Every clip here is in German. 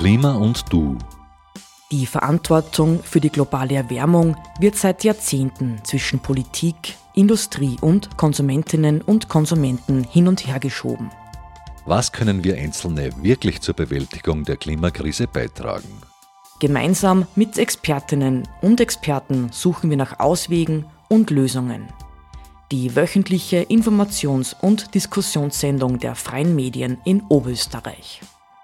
Klima und Du. Die Verantwortung für die globale Erwärmung wird seit Jahrzehnten zwischen Politik, Industrie und Konsumentinnen und Konsumenten hin und her geschoben. Was können wir Einzelne wirklich zur Bewältigung der Klimakrise beitragen? Gemeinsam mit Expertinnen und Experten suchen wir nach Auswegen und Lösungen. Die wöchentliche Informations- und Diskussionssendung der Freien Medien in Oberösterreich.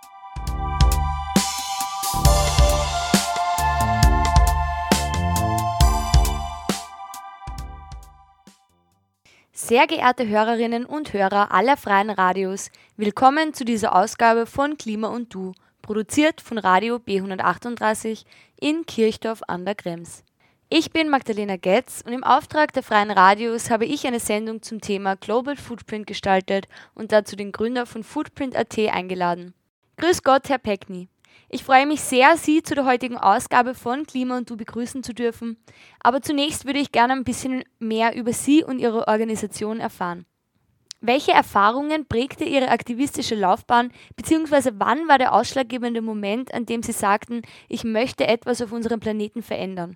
Sehr geehrte Hörerinnen und Hörer aller freien Radios, willkommen zu dieser Ausgabe von Klima und Du, produziert von Radio B138 in Kirchdorf an der Krems. Ich bin Magdalena Getz und im Auftrag der freien Radios habe ich eine Sendung zum Thema Global Footprint gestaltet und dazu den Gründer von Footprint.at eingeladen. Grüß Gott, Herr Peckny. Ich freue mich sehr, Sie zu der heutigen Ausgabe von Klima und Du begrüßen zu dürfen. Aber zunächst würde ich gerne ein bisschen mehr über Sie und Ihre Organisation erfahren. Welche Erfahrungen prägte Ihre aktivistische Laufbahn, beziehungsweise wann war der ausschlaggebende Moment, an dem Sie sagten, ich möchte etwas auf unserem Planeten verändern?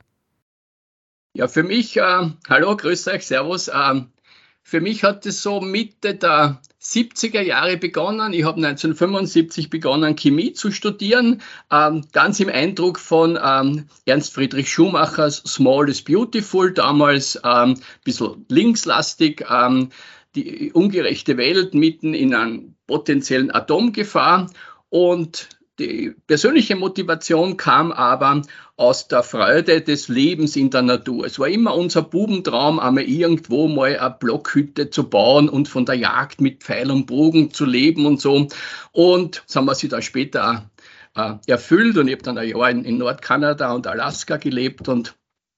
Ja, für mich, hallo, grüß euch, servus. Für mich hat es so Mitte der 70er Jahre begonnen. Ich habe 1975 begonnen, Chemie zu studieren, ganz im Eindruck von Ernst Friedrich Schumachers Small is Beautiful, damals ein bisschen linkslastig, die ungerechte Welt mitten in einer potenziellen Atomgefahr. Und die persönliche Motivation kam aber aus der Freude des Lebens in der Natur. Es war immer unser Bubentraum, einmal irgendwo mal eine Blockhütte zu bauen und von der Jagd mit Pfeil und Bogen zu leben und so. Und das haben wir sich dann später erfüllt. Und ich habe dann ein Jahr in Nordkanada und Alaska gelebt und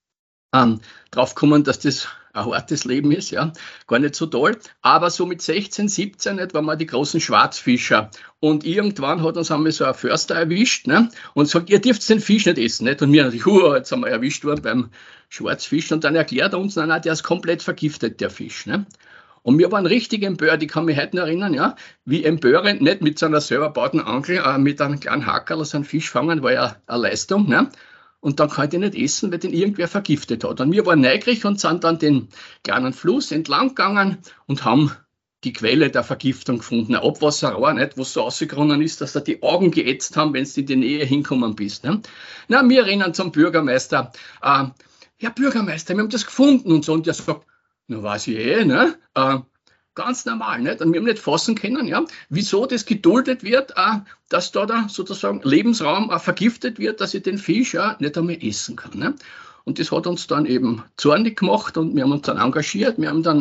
drauf gekommen, dass das ein hartes Leben ist, ja, gar nicht so toll. Aber so mit 16, 17 waren wir die großen Schwarzfischer. Und irgendwann hat uns einmal so ein Förster erwischt, ne, und sagt, ihr dürft den Fisch nicht essen, nicht? Und wir natürlich, jetzt sind wir erwischt worden beim Schwarzfisch. Und dann erklärt er uns, nein, der ist komplett vergiftet, der Fisch, ne. Und wir waren richtig empört, ich kann mich heute noch erinnern, ja, wie empörend, nicht mit so einer selber gebauten Angel, mit einem kleinen Hackerl so einen Fisch fangen, war ja eine Leistung, ne. Und dann kann ich den nicht essen, weil den irgendwer vergiftet hat. Und wir waren neugierig und sind dann den kleinen Fluss entlang gegangen und haben die Quelle der Vergiftung gefunden. Ein Abwasserrohr, nicht, wo es so ausgegangen ist, dass da die Augen geätzt haben, wenn du in die Nähe hinkommen bist. Ne? Na, wir rennen zum Bürgermeister. Ja, Bürgermeister, wir haben das gefunden und so. Und der sagt, na, weiß ich ne? Ganz normal, nicht? Und wir haben nicht fassen können, ja, wieso das geduldet wird, dass da sozusagen Lebensraum vergiftet wird, dass ich den Fisch nicht einmal essen kann. Ne? Und das hat uns dann eben zornig gemacht und wir haben uns dann engagiert. Wir haben dann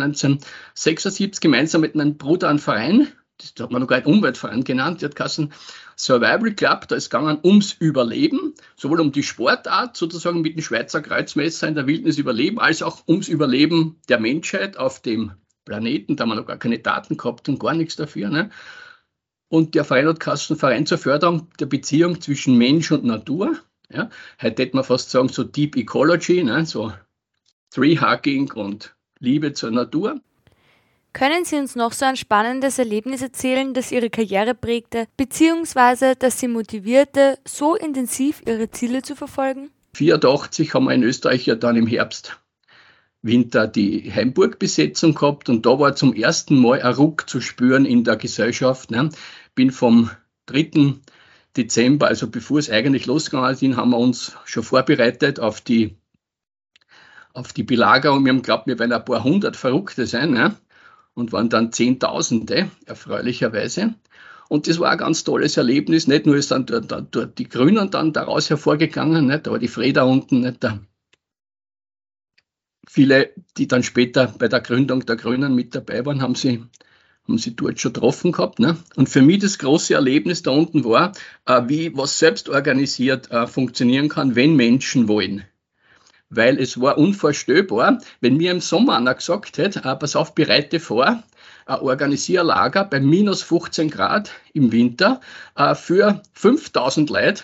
1976 gemeinsam mit meinem Bruder einen Verein, das hat man noch gar nicht Umweltverein genannt, der hat geheißen Survival Club, da ist es gegangen ums Überleben, sowohl um die Sportart, sozusagen mit dem Schweizer Kreuzmesser in der Wildnis überleben, als auch ums Überleben der Menschheit auf dem Planeten, da haben wir noch gar keine Daten gehabt und gar nichts dafür. Ne? Und der Verein hat geheißen, Verein zur Förderung der Beziehung zwischen Mensch und Natur. Ja? Heute hätte man fast sagen, so Deep Ecology, ne? So Tree-Hugging und Liebe zur Natur. Können Sie uns noch so ein spannendes Erlebnis erzählen, das Ihre Karriere prägte, beziehungsweise das Sie motivierte, so intensiv Ihre Ziele zu verfolgen? 1984 haben wir in Österreich ja dann im Herbst Winter die Heimburg-Besetzung gehabt und da war zum ersten Mal ein Ruck zu spüren in der Gesellschaft. Ne? Bin vom 3. Dezember, also bevor es eigentlich losgegangen ist, haben wir uns schon vorbereitet auf die Belagerung. Wir haben geglaubt, wir werden ein paar hundert Verrückte sein, ne? Und waren dann Zehntausende, erfreulicherweise. Und das war ein ganz tolles Erlebnis. Nicht nur ist dann dort die Grünen dann daraus hervorgegangen, nicht? Da war die Freda unten, nicht? Viele, die dann später bei der Gründung der Grünen mit dabei waren, haben sie dort schon getroffen gehabt. Ne? Und für mich das große Erlebnis da unten war, wie was selbst organisiert funktionieren kann, wenn Menschen wollen. Weil es war unvorstellbar, wenn mir im Sommer einer gesagt hätte, pass auf, bereite vor, organisiere ein Lager bei minus 15 Grad im Winter für 5000 Leute,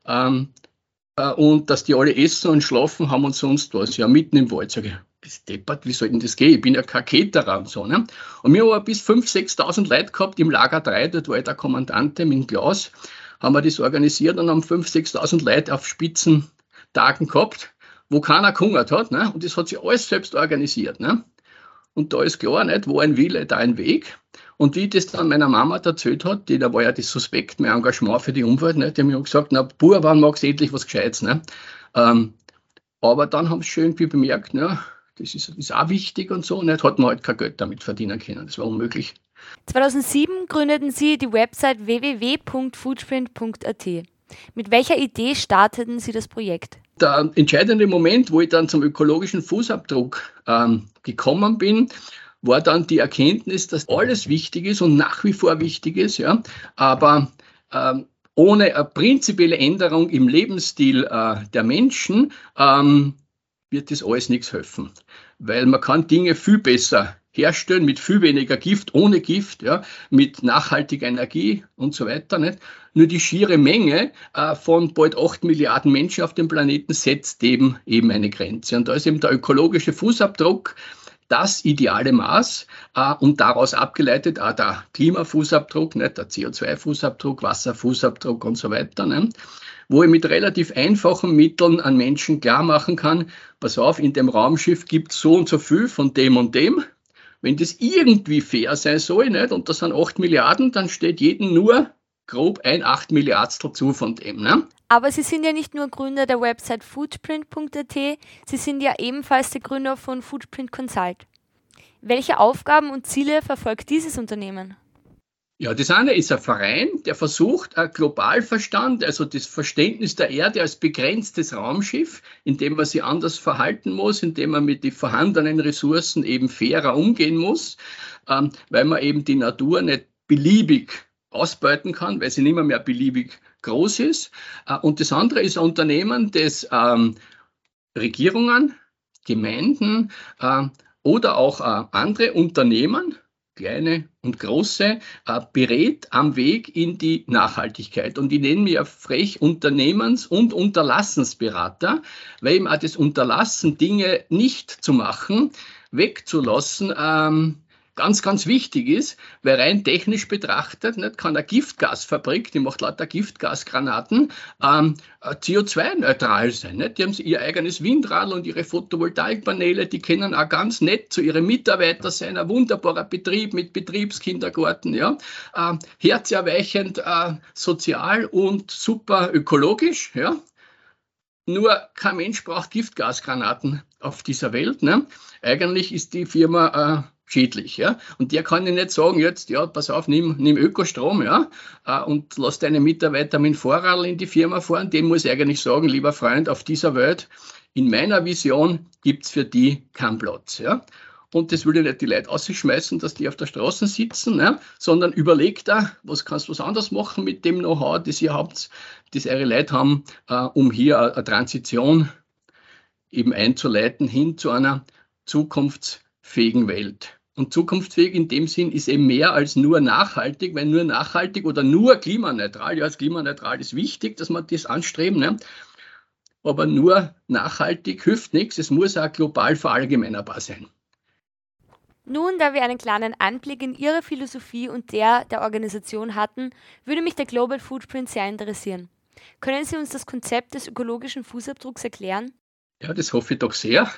und dass die alle essen und schlafen haben und sonst was, ja, mitten im Wald. Sag ich, das deppert, wie soll denn das gehen? Ich bin ja kein Caterer und so. Ne? Und wir haben bis 5.000, 6.000 Leute gehabt im Lager 3, dort war ich der Kommandante mit dem Klaus. haben wir das organisiert und haben 5.000, 6.000 Leute auf Spitzentagen gehabt, wo keiner gehungert hat. Ne? Und das hat sich alles selbst organisiert. Ne? Und da ist klar, nicht, wo ein Wille, da ein Weg. Und wie ich das dann meiner Mama erzählt hat, da war ja das Suspekt, mein Engagement für die Umwelt, nicht? Die haben mir gesagt, na, Bub, wann magst du endlich was Gescheites? Ne? Aber dann haben sie schon irgendwie bemerkt, ne, das ist auch wichtig und so, nicht? Hat man halt kein Geld damit verdienen können, das war unmöglich. 2007 gründeten Sie die Website www.foodprint.at. Mit welcher Idee starteten Sie das Projekt? Der entscheidende Moment, wo ich dann zum ökologischen Fußabdruck gekommen bin, war dann die Erkenntnis, dass alles wichtig ist und nach wie vor wichtig ist, ja, aber ohne eine prinzipielle Änderung im Lebensstil der Menschen wird das alles nichts helfen, weil man kann Dinge viel besser herstellen mit viel weniger Gift, ohne Gift, ja, mit nachhaltiger Energie und so weiter. Nicht? Nur die schiere Menge von bald 8 Milliarden Menschen auf dem Planeten setzt eben eine Grenze. Und da ist eben der ökologische Fußabdruck das ideale Maß und daraus abgeleitet auch der Klimafußabdruck, nicht, der CO2-Fußabdruck, Wasserfußabdruck und so weiter. Nicht? Wo ich mit relativ einfachen Mitteln an Menschen klar machen kann, pass auf, in dem Raumschiff gibt es so und so viel von dem und dem. Wenn das irgendwie fair sein soll, nicht, und das sind 8 Milliarden, dann steht jedem nur grob ein 8 Milliardstel zu von dem. Ne? Aber Sie sind ja nicht nur Gründer der Website foodprint.at, Sie sind ja ebenfalls der Gründer von Foodprint Consult. Welche Aufgaben und Ziele verfolgt dieses Unternehmen? Ja, das eine ist ein Verein, der versucht, ein Globalverstand, also das Verständnis der Erde als begrenztes Raumschiff, in dem man sich anders verhalten muss, in dem man mit den vorhandenen Ressourcen eben fairer umgehen muss, weil man eben die Natur nicht beliebig ausbeuten kann, weil sie nicht mehr beliebig groß ist. Und das andere ist ein Unternehmen, das Regierungen, Gemeinden oder auch andere Unternehmen, kleine und große, berät am Weg in die Nachhaltigkeit. Und ich nenne mich ja frech Unternehmens- und Unterlassensberater, weil eben auch das Unterlassen, Dinge nicht zu machen, wegzulassen, ganz, ganz wichtig ist, weil rein technisch betrachtet nicht, kann eine Giftgasfabrik, die macht lauter Giftgasgranaten, CO2-neutral sein. Nicht? Die haben ihr eigenes Windrad und ihre Photovoltaikpaneele, die können auch ganz nett zu ihren Mitarbeitern sein, ein wunderbarer Betrieb mit Betriebskindergarten, ja? Herzerweichend, sozial und super ökologisch. Ja? Nur kein Mensch braucht Giftgasgranaten auf dieser Welt. Ne? Eigentlich ist die Firma schädlich, ja. Und der kann ich nicht sagen, jetzt, ja, pass auf, nimm Ökostrom, ja, und lass deine Mitarbeiter mit dem Fahrrad in die Firma fahren. Dem muss ich eigentlich sagen, lieber Freund, auf dieser Welt, in meiner Vision gibt's für die keinen Platz, ja. Und das will ich nicht die Leute ausschmeißen, dass die auf der Straße sitzen, ne? Sondern überleg da, kannst du was anderes machen mit dem Know-how, das ihr habt, das eure Leute haben, um hier eine Transition eben einzuleiten hin zu einer zukunftsfähigen Welt. Und zukunftsfähig in dem Sinn ist eben mehr als nur nachhaltig, weil nur nachhaltig oder nur klimaneutral, ja, als klimaneutral ist wichtig, dass man das anstreben, ne? Aber nur nachhaltig hilft nichts, es muss auch global verallgemeinerbar sein. Nun, da wir einen kleinen Einblick in Ihre Philosophie und der Organisation hatten, würde mich der Global Foodprint sehr interessieren. Können Sie uns das Konzept des ökologischen Fußabdrucks erklären? Ja, das hoffe ich doch sehr.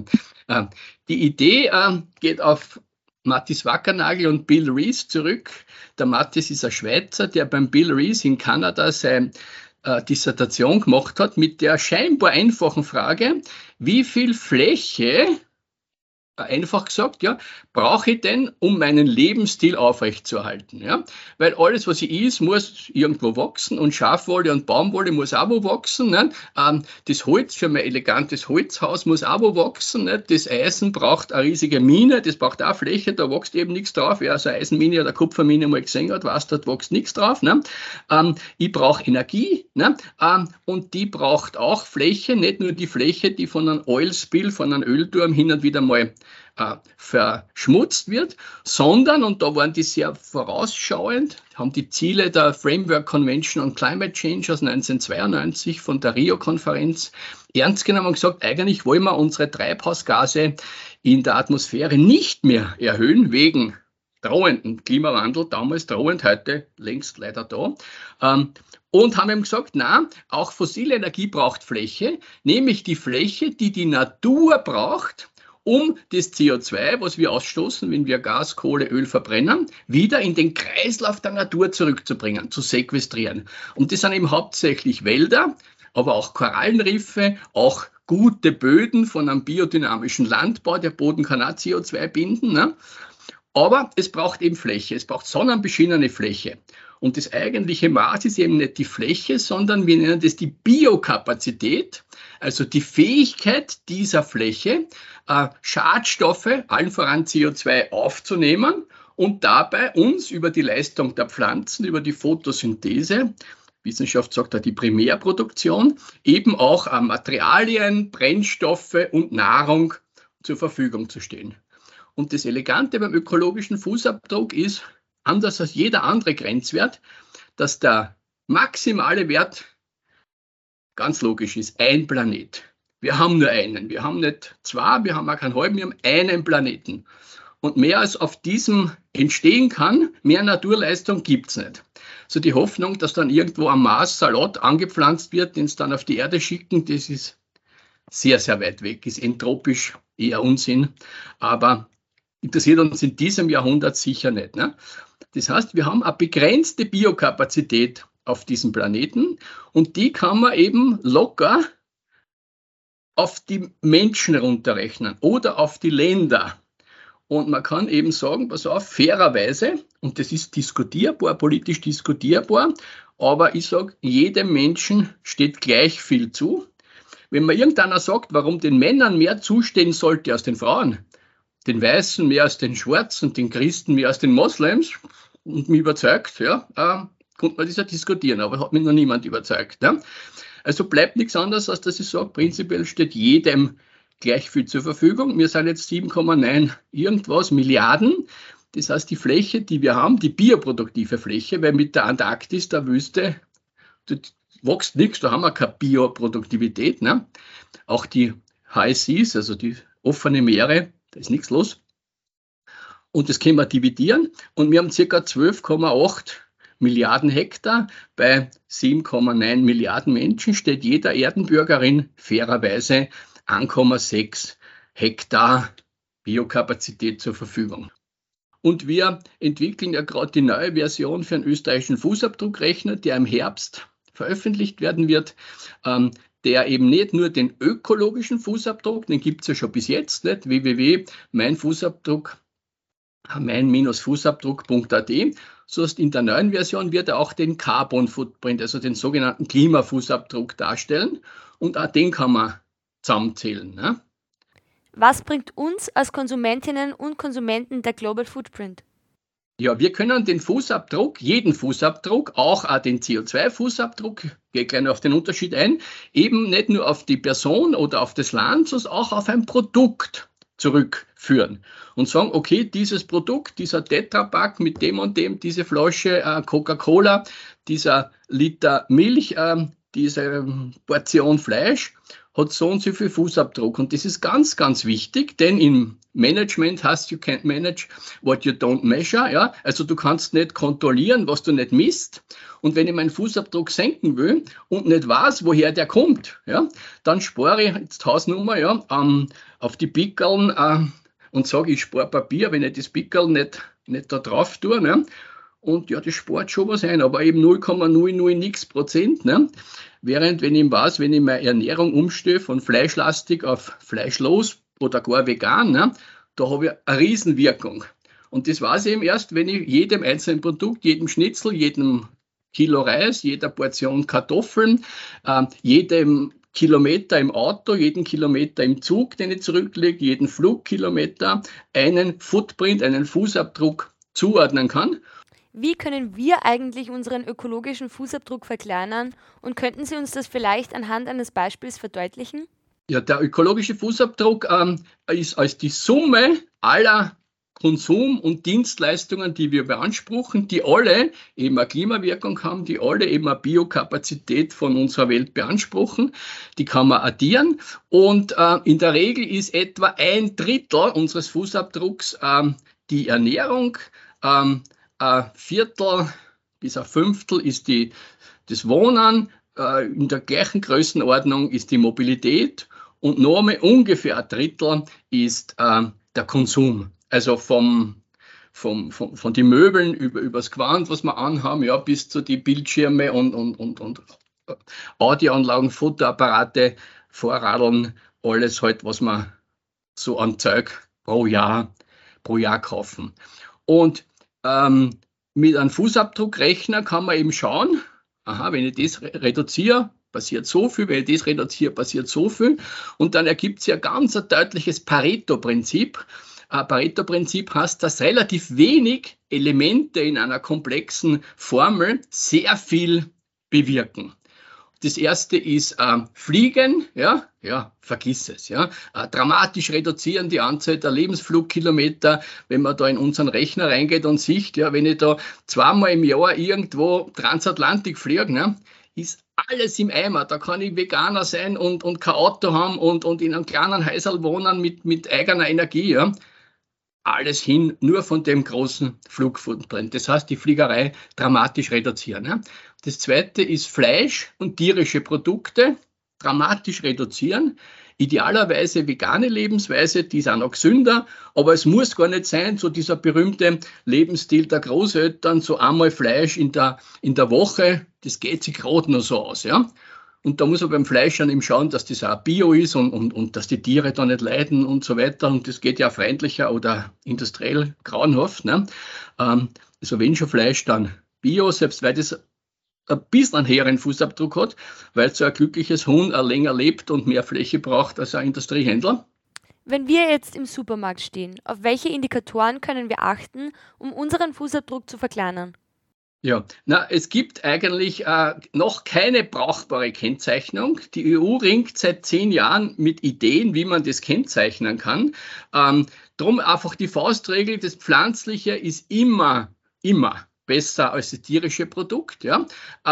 Die Idee geht auf Mattis Wackernagel und Bill Rees zurück. Der Mattis ist ein Schweizer, der beim Bill Rees in Kanada seine Dissertation gemacht hat mit der scheinbar einfachen Frage, wie viel Fläche, einfach gesagt, ja, brauche ich denn, um meinen Lebensstil aufrechtzuerhalten? Ja? Weil alles, was ich is, muss irgendwo wachsen und Schafwolle und Baumwolle muss auch wo wachsen. Ne? Das Holz für mein elegantes Holzhaus muss auch wo wachsen. Ne? Das Eisen braucht eine riesige Mine, das braucht auch Fläche, da wächst eben nichts drauf. Wer so eine Eisenmine oder Kupfermine mal gesehen hat, weiß, dort wächst nichts drauf. Ne? Ich brauche Energie, ne? Und die braucht auch Fläche, nicht nur die Fläche, die von einem Oil Spill, von einem Ölturm hin und wieder mal verschmutzt wird, sondern, und da waren die sehr vorausschauend, haben die Ziele der Framework Convention on Climate Change aus 1992 von der Rio-Konferenz ernst genommen und gesagt, eigentlich wollen wir unsere Treibhausgase in der Atmosphäre nicht mehr erhöhen, wegen drohenden Klimawandel, damals drohend, heute längst leider da. Und haben ihm gesagt, na, auch fossile Energie braucht Fläche, nämlich die Fläche, die die Natur braucht, um das CO2, was wir ausstoßen, wenn wir Gas, Kohle, Öl verbrennen, wieder in den Kreislauf der Natur zurückzubringen, zu sequestrieren. Und das sind eben hauptsächlich Wälder, aber auch Korallenriffe, auch gute Böden von einem biodynamischen Landbau. Der Boden kann auch CO2 binden, ne? Aber es braucht eben Fläche, es braucht sonnenbeschienene Fläche. Und das eigentliche Maß ist eben nicht die Fläche, sondern wir nennen das die Biokapazität, also die Fähigkeit dieser Fläche, Schadstoffe, allen voran CO2, aufzunehmen und dabei uns über die Leistung der Pflanzen, über die Photosynthese, Wissenschaft sagt da die Primärproduktion, eben auch Materialien, Brennstoffe und Nahrung zur Verfügung zu stehen. Und das Elegante beim ökologischen Fußabdruck ist, anders als jeder andere Grenzwert, dass der maximale Wert ganz logisch ist, ein Planet. Wir haben nur einen, wir haben nicht zwei, wir haben auch keinen halben, wir haben einen Planeten. Und mehr als auf diesem entstehen kann, mehr Naturleistung gibt es nicht. So die Hoffnung, dass dann irgendwo am Mars Salat angepflanzt wird, den es dann auf die Erde schicken, das ist sehr, sehr weit weg, ist entropisch eher Unsinn, aber interessiert uns in diesem Jahrhundert sicher nicht, ne? Das heißt, wir haben eine begrenzte Biokapazität auf diesem Planeten und die kann man eben locker auf die Menschen runterrechnen oder auf die Länder. Und man kann eben sagen, pass auf, fairerweise, und das ist diskutierbar, politisch diskutierbar, aber ich sage, jedem Menschen steht gleich viel zu. Wenn mir irgendeiner sagt, warum den Männern mehr zustehen sollte als den Frauen, den Weißen mehr als den Schwarzen, den Christen mehr als den Moslems, und mich überzeugt, ja, konnte man das ja diskutieren, aber hat mich noch niemand überzeugt. Ne? Also bleibt nichts anderes, als dass ich sage, prinzipiell steht jedem gleich viel zur Verfügung. Wir sind jetzt 7,9 irgendwas Milliarden. Das heißt, die Fläche, die wir haben, die bioproduktive Fläche, weil mit der Antarktis, der Wüste, da wächst nichts, da haben wir keine Bioproduktivität. Ne? Auch die High Seas, also die offenen Meere, da ist nichts los. Und das können wir dividieren. Und wir haben ca. 12,8 Milliarden Hektar. Bei 7,9 Milliarden Menschen steht jeder Erdenbürgerin fairerweise 1,6 Hektar Biokapazität zur Verfügung. Und wir entwickeln ja gerade die neue Version für einen österreichischen Fußabdruckrechner, der im Herbst veröffentlicht werden wird, der eben nicht nur den ökologischen Fußabdruck, den gibt es ja schon bis jetzt, nicht? mein-fußabdruck.at, so ist in der neuen Version wird er auch den Carbon Footprint, also den sogenannten Klimafußabdruck darstellen und auch den kann man zusammenzählen. Ne? Was bringt uns als Konsumentinnen und Konsumenten der Global Footprint? Ja, wir können den Fußabdruck, jeden Fußabdruck, auch den CO2-Fußabdruck, gehe gleich noch auf den Unterschied ein, eben nicht nur auf die Person oder auf das Land, sondern auch auf ein Produkt zurückführen und sagen, okay, dieses Produkt, dieser Tetrapack mit dem und dem, diese Flasche Coca-Cola, dieser Liter Milch, diese Portion Fleisch, hat so und so viel Fußabdruck. Und das ist ganz, ganz wichtig, denn im Management heißt, you can't manage what you don't measure. Ja? Also du kannst nicht kontrollieren, was du nicht misst. Und wenn ich meinen Fußabdruck senken will und nicht weiß, woher der kommt, ja, dann spare ich jetzt Hausnummer auf die Pickeln und sage, ich spare Papier, wenn ich das Pickel nicht da drauf tue. Ne? Und ja, das spart schon was ein, aber eben 0,00 nix Prozent. Ne? Während, wenn ich weiß, wenn ich meine Ernährung umstelle von fleischlastig auf fleischlos oder gar vegan, ne, da habe ich eine Riesenwirkung. Und das weiß ich eben erst, wenn ich jedem einzelnen Produkt, jedem Schnitzel, jedem Kilo Reis, jeder Portion Kartoffeln, jedem Kilometer im Auto, jeden Kilometer im Zug, den ich zurücklege, jeden Flugkilometer einen Footprint, einen Fußabdruck zuordnen kann. Wie können wir eigentlich unseren ökologischen Fußabdruck verkleinern und könnten Sie uns das vielleicht anhand eines Beispiels verdeutlichen? Ja, der ökologische Fußabdruck ist als die Summe aller Konsum- und Dienstleistungen, die wir beanspruchen, die alle eben eine Klimawirkung haben, die alle eben eine Biokapazität von unserer Welt beanspruchen. Die kann man addieren und in der Regel ist etwa 1/3 unseres Fußabdrucks die Ernährung, 1/4 bis 1/5 ist die das Wohnen, in der gleichen Größenordnung ist die Mobilität und noch einmal ungefähr ein Drittel ist der Konsum. Also von den Möbeln über das Gewand, was wir anhaben, ja, bis zu die Bildschirme und Audioanlagen, Fotoapparate, Vorradeln, alles halt, was wir so an Zeug pro Jahr kaufen. Und mit einem Fußabdruckrechner kann man eben schauen, aha, wenn ich das reduziere, passiert so viel, wenn ich das reduziere, passiert so viel. Und dann ergibt sich ein ganz deutliches Pareto-Prinzip. Pareto-Prinzip heißt, dass relativ wenig Elemente in einer komplexen Formel sehr viel bewirken. Das erste ist Fliegen, ja, vergiss es, ja. Dramatisch reduzieren die Anzahl der Lebensflugkilometer, wenn man da in unseren Rechner reingeht und sieht, ja, wenn ich da 2-mal im Jahr irgendwo Transatlantik fliege, ne, ist alles im Eimer. Da kann ich Veganer sein und kein Auto haben und in einem kleinen Häuserl wohnen mit eigener Energie, ja. Alles hin, nur von dem großen Flugfootprint. Das heißt, die Fliegerei dramatisch reduzieren. Ja. Das zweite ist Fleisch und tierische Produkte dramatisch reduzieren. Idealerweise vegane Lebensweise, die ist auch noch gesünder, aber es muss gar nicht sein, so dieser berühmte Lebensstil der Großeltern, so einmal Fleisch in der Woche, das geht sich gerade noch so aus. Ja. Und da muss man beim Fleisch dann eben schauen, dass das auch Bio ist und dass die Tiere da nicht leiden und so weiter. Und das geht ja freundlicher oder industriell grauenhaft. Ne? Also wenn schon Fleisch, dann Bio, selbst weil das ein bisschen einen höheren Fußabdruck hat, weil so ein glückliches Huhn länger lebt und mehr Fläche braucht als ein Industriehändler. Wenn wir jetzt im Supermarkt stehen, auf welche Indikatoren können wir achten, um unseren Fußabdruck zu verkleinern? Ja, es gibt eigentlich noch keine brauchbare Kennzeichnung. Die EU ringt seit 10 Jahren mit Ideen, wie man das kennzeichnen kann. Drum einfach die Faustregel, das Pflanzliche ist immer besser als das tierische Produkt. Ja.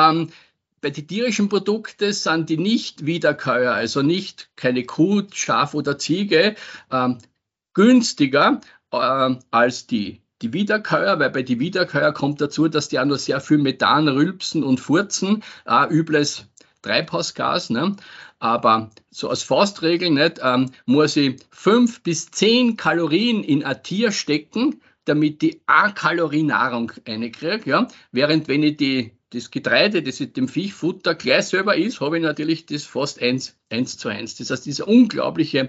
Bei den tierischen Produkten sind die nicht Wiederkäuer, also keine Kuh, Schaf oder Ziege, günstiger als die Wiederkäuer, weil bei den Wiederkäuer kommt dazu, dass die auch noch sehr viel Methan rülpsen und furzen, übles Treibhausgas. Ne? Aber so als Faustregel nicht, muss ich 5 bis 10 Kalorien in ein Tier stecken, damit die 1 Kalorie Nahrung reinkriege. Ja? Während wenn ich das Getreide, das ich dem Viehfutter gleich selber ist, habe ich natürlich das fast 1 zu 1. Das heißt, diese unglaubliche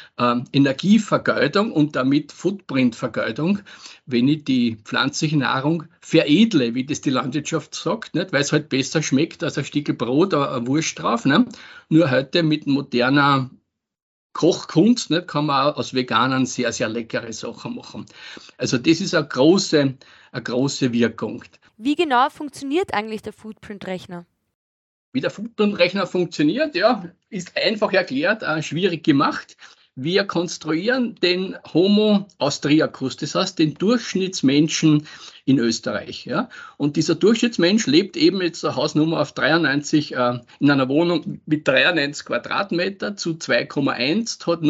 Energievergeudung und damit Footprintvergeudung, wenn ich die pflanzliche Nahrung veredle, wie das die Landwirtschaft sagt, nicht? Weil es halt besser schmeckt als ein Stück Brot oder eine Wurst drauf. Ne? Nur heute mit moderner Kochkunst, nicht, kann man auch aus Veganern sehr, sehr leckere Sachen machen. Also das ist eine große Wirkung. Wie genau funktioniert eigentlich der Footprint-Rechner? Wie der Footprint-Rechner funktioniert, ja, ist einfach erklärt, schwierig gemacht. Wir konstruieren den Homo austriacus, das heißt den Durchschnittsmenschen in Österreich. Ja? Und dieser Durchschnittsmensch lebt eben jetzt eine Hausnummer auf 93 in einer Wohnung mit 93 Quadratmeter zu 2,1, hat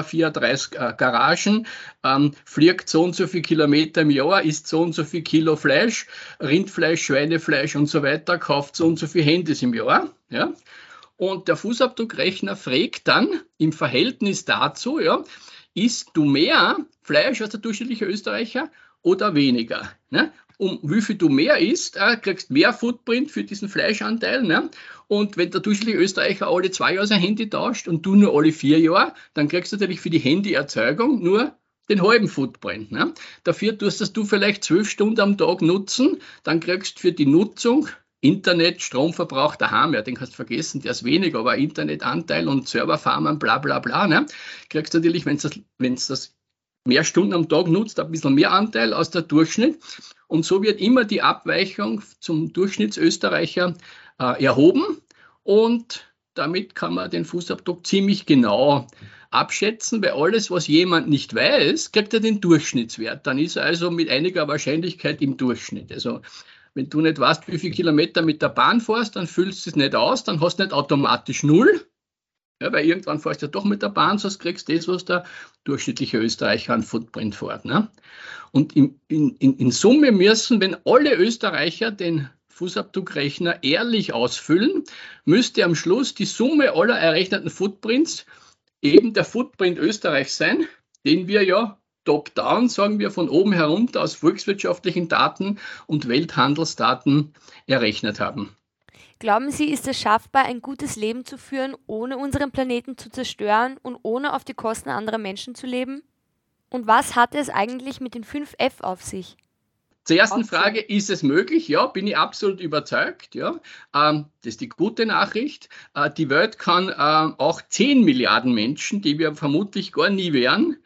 0,34 Garagen, fliegt so und so viel Kilometer im Jahr, isst so und so viel Kilo Fleisch, Rindfleisch, Schweinefleisch und so weiter, kauft so und so viel Handys im Jahr. Ja? Und der Fußabdruckrechner fragt dann im Verhältnis dazu, ja, isst du mehr Fleisch als der durchschnittliche Österreicher oder weniger? Ne? Um wie viel du mehr isst, kriegst mehr Footprint für diesen Fleischanteil. Ne? Und wenn der durchschnittliche Österreicher alle 2 Jahre sein Handy tauscht und du nur alle 4 Jahre, dann kriegst du natürlich für die Handyerzeugung nur den halben Footprint. Ne? Dafür tust du vielleicht 12 Stunden am Tag nutzen, dann kriegst du für die Nutzung Internet, Stromverbrauch daheim, ja, den kannst du vergessen, der ist wenig, aber Internetanteil und Serverfarmen, bla bla bla, ne? Kriegst du natürlich, wenn du das mehr Stunden am Tag nutzt, ein bisschen mehr Anteil aus der Durchschnitt. Und so wird immer die Abweichung zum Durchschnittsösterreicher erhoben und damit kann man den Fußabdruck ziemlich genau abschätzen, weil alles, was jemand nicht weiß, kriegt er den Durchschnittswert. Dann ist er also mit einiger Wahrscheinlichkeit im Durchschnitt. Also wenn du nicht weißt, wie viele Kilometer mit der Bahn fährst, dann füllst du es nicht aus, dann hast du nicht automatisch 0. Ja, weil irgendwann fährst du ja doch mit der Bahn, sonst kriegst du das, was der durchschnittliche Österreicher an Footprint fährt. Ne? Und in Summe müssen, wenn alle Österreicher den Fußabdruckrechner ehrlich ausfüllen, müsste am Schluss die Summe aller errechneten Footprints eben der Footprint Österreich sein, den wir ja top-down, sagen wir, von oben herunter aus volkswirtschaftlichen Daten und Welthandelsdaten errechnet haben. Glauben Sie, ist es schaffbar, ein gutes Leben zu führen, ohne unseren Planeten zu zerstören und ohne auf die Kosten anderer Menschen zu leben? Und was hat es eigentlich mit den 5F auf sich? Zur ersten Frage, ist es möglich? Ja, bin ich absolut überzeugt. Ja. Das ist die gute Nachricht. Die Welt kann auch 10 Milliarden Menschen, die wir vermutlich gar nie wären,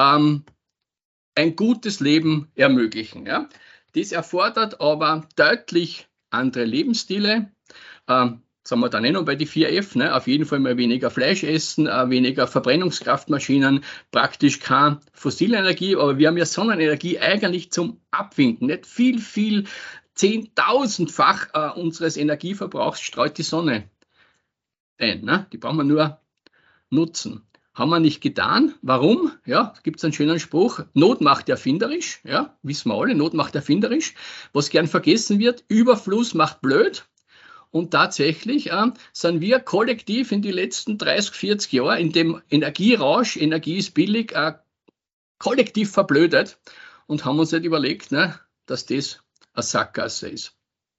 ein gutes Leben ermöglichen. Ja. Das erfordert aber deutlich andere Lebensstile. Sagen wir dann noch bei die 4F, ne? Auf jeden Fall mal weniger Fleisch essen, weniger Verbrennungskraftmaschinen, praktisch keine fossile Energie, aber wir haben ja Sonnenenergie eigentlich zum Abwinken. Nicht viel, 10.000-fach unseres Energieverbrauchs streut die Sonne ein. Ne? Die brauchen wir nur nutzen. Haben wir nicht getan. Warum? Ja, gibt es einen schönen Spruch, Not macht erfinderisch. Ja, wissen wir alle, Not macht erfinderisch. Was gern vergessen wird, Überfluss macht blöd. Und tatsächlich sind wir kollektiv in die letzten 30, 40 Jahre in dem Energierausch, Energie ist billig, kollektiv verblödet und haben uns nicht überlegt, ne, dass das eine Sackgasse ist.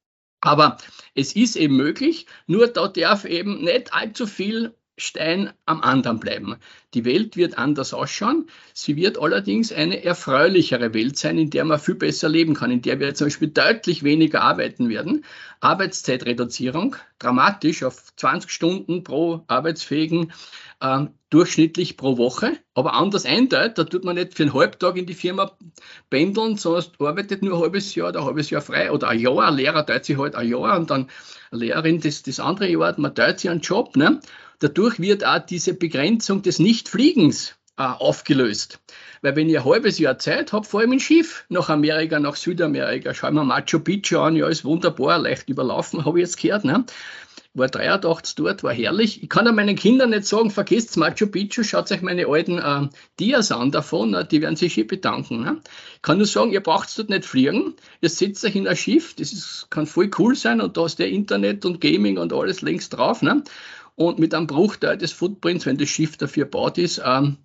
Aber es ist eben möglich, nur da darf eben nicht allzu viel Stein am anderen bleiben. Die Welt wird anders ausschauen. Sie wird allerdings eine erfreulichere Welt sein, in der man viel besser leben kann, in der wir zum Beispiel deutlich weniger arbeiten werden. Arbeitszeitreduzierung, dramatisch auf 20 Stunden pro Arbeitsfähigen, durchschnittlich pro Woche, aber anders einteilt. Da tut man nicht für einen Halbtag in die Firma pendeln, sondern arbeitet nur ein halbes Jahr oder ein halbes Jahr frei oder ein Jahr. Ein Lehrer teilt sich halt ein Jahr und dann eine Lehrerin das andere Jahr, man teilt sich einen Job. Ne? Dadurch wird auch diese Begrenzung des Nichtfliegens aufgelöst. Weil wenn ich ein halbes Jahr Zeit habe, fahre ich mit dem Schiff nach Amerika, nach Südamerika, schaue mir Machu Picchu an, ja, ist wunderbar, leicht überlaufen, habe ich jetzt gehört. Ne? War 83 dort, war herrlich. Ich kann ja meinen Kindern nicht sagen, vergesst Machu Picchu, schaut euch meine alten Dias an davon, ne? Die werden sich hier bedanken. Ne? Ich kann nur sagen, ihr braucht dort nicht fliegen, ihr setzt euch in ein Schiff, kann voll cool sein und da ist der Internet und Gaming und alles längst drauf. Ne? Und mit einem Bruchteil des Footprints, wenn das Schiff dafür gebaut ist,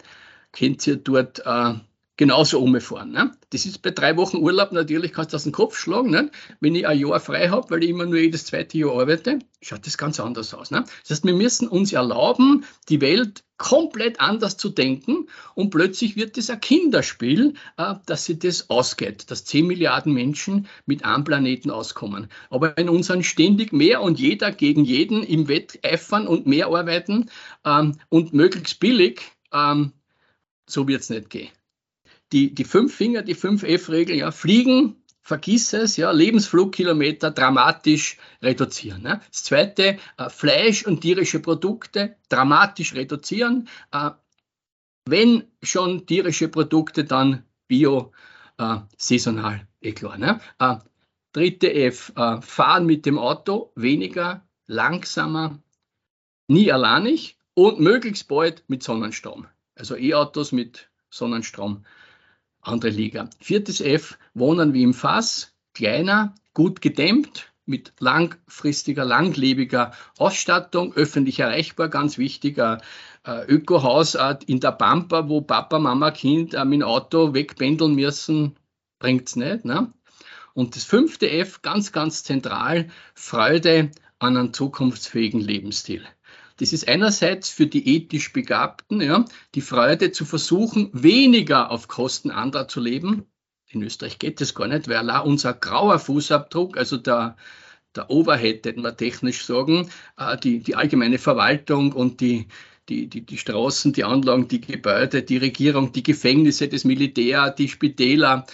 könnt ihr dort genauso umfahren. Ne? Das ist bei 3 Wochen Urlaub natürlich, kannst du aus dem Kopf schlagen. Ne? Wenn ich ein Jahr frei habe, weil ich immer nur jedes zweite Jahr arbeite, schaut das ganz anders aus. Ne? Das heißt, wir müssen uns erlauben, die Welt komplett anders zu denken und plötzlich wird das ein Kinderspiel, dass sich das ausgeht, dass 10 Milliarden Menschen mit einem Planeten auskommen. Aber wenn uns ständig mehr und jeder gegen jeden im Wetteifern und mehr arbeiten und möglichst billig, so wird es nicht gehen. Die 5 Finger, die 5F-Regel, ja, fliegen, vergiss es, ja, Lebensflugkilometer dramatisch reduzieren. Ne? Das zweite, Fleisch und tierische Produkte dramatisch reduzieren. Wenn schon tierische Produkte, dann bio, saisonal, klar. Ne? Dritte F, fahren mit dem Auto weniger, langsamer, nie alleinig und möglichst bald mit Sonnenstrom. Also E-Autos mit Sonnenstrom. Andere Liga. 4. F, wohnen wie im Fass, kleiner, gut gedämmt, mit langfristiger, langlebiger Ausstattung, öffentlich erreichbar, ganz wichtiger Ökohaus in der Pampa, wo Papa, Mama, Kind mit dem Auto wegpendeln müssen, bringt es nicht. Ne? Und das 5. F, ganz, ganz zentral, Freude an einem zukunftsfähigen Lebensstil. Das ist einerseits für die ethisch Begabten, ja, die Freude zu versuchen, weniger auf Kosten anderer zu leben. In Österreich geht das gar nicht, weil auch unser grauer Fußabdruck, also der Overhead, hätten wir technisch sagen, die allgemeine Verwaltung und die Straßen, die Anlagen, die Gebäude, die Regierung, die Gefängnisse, das Militär, die Spitäler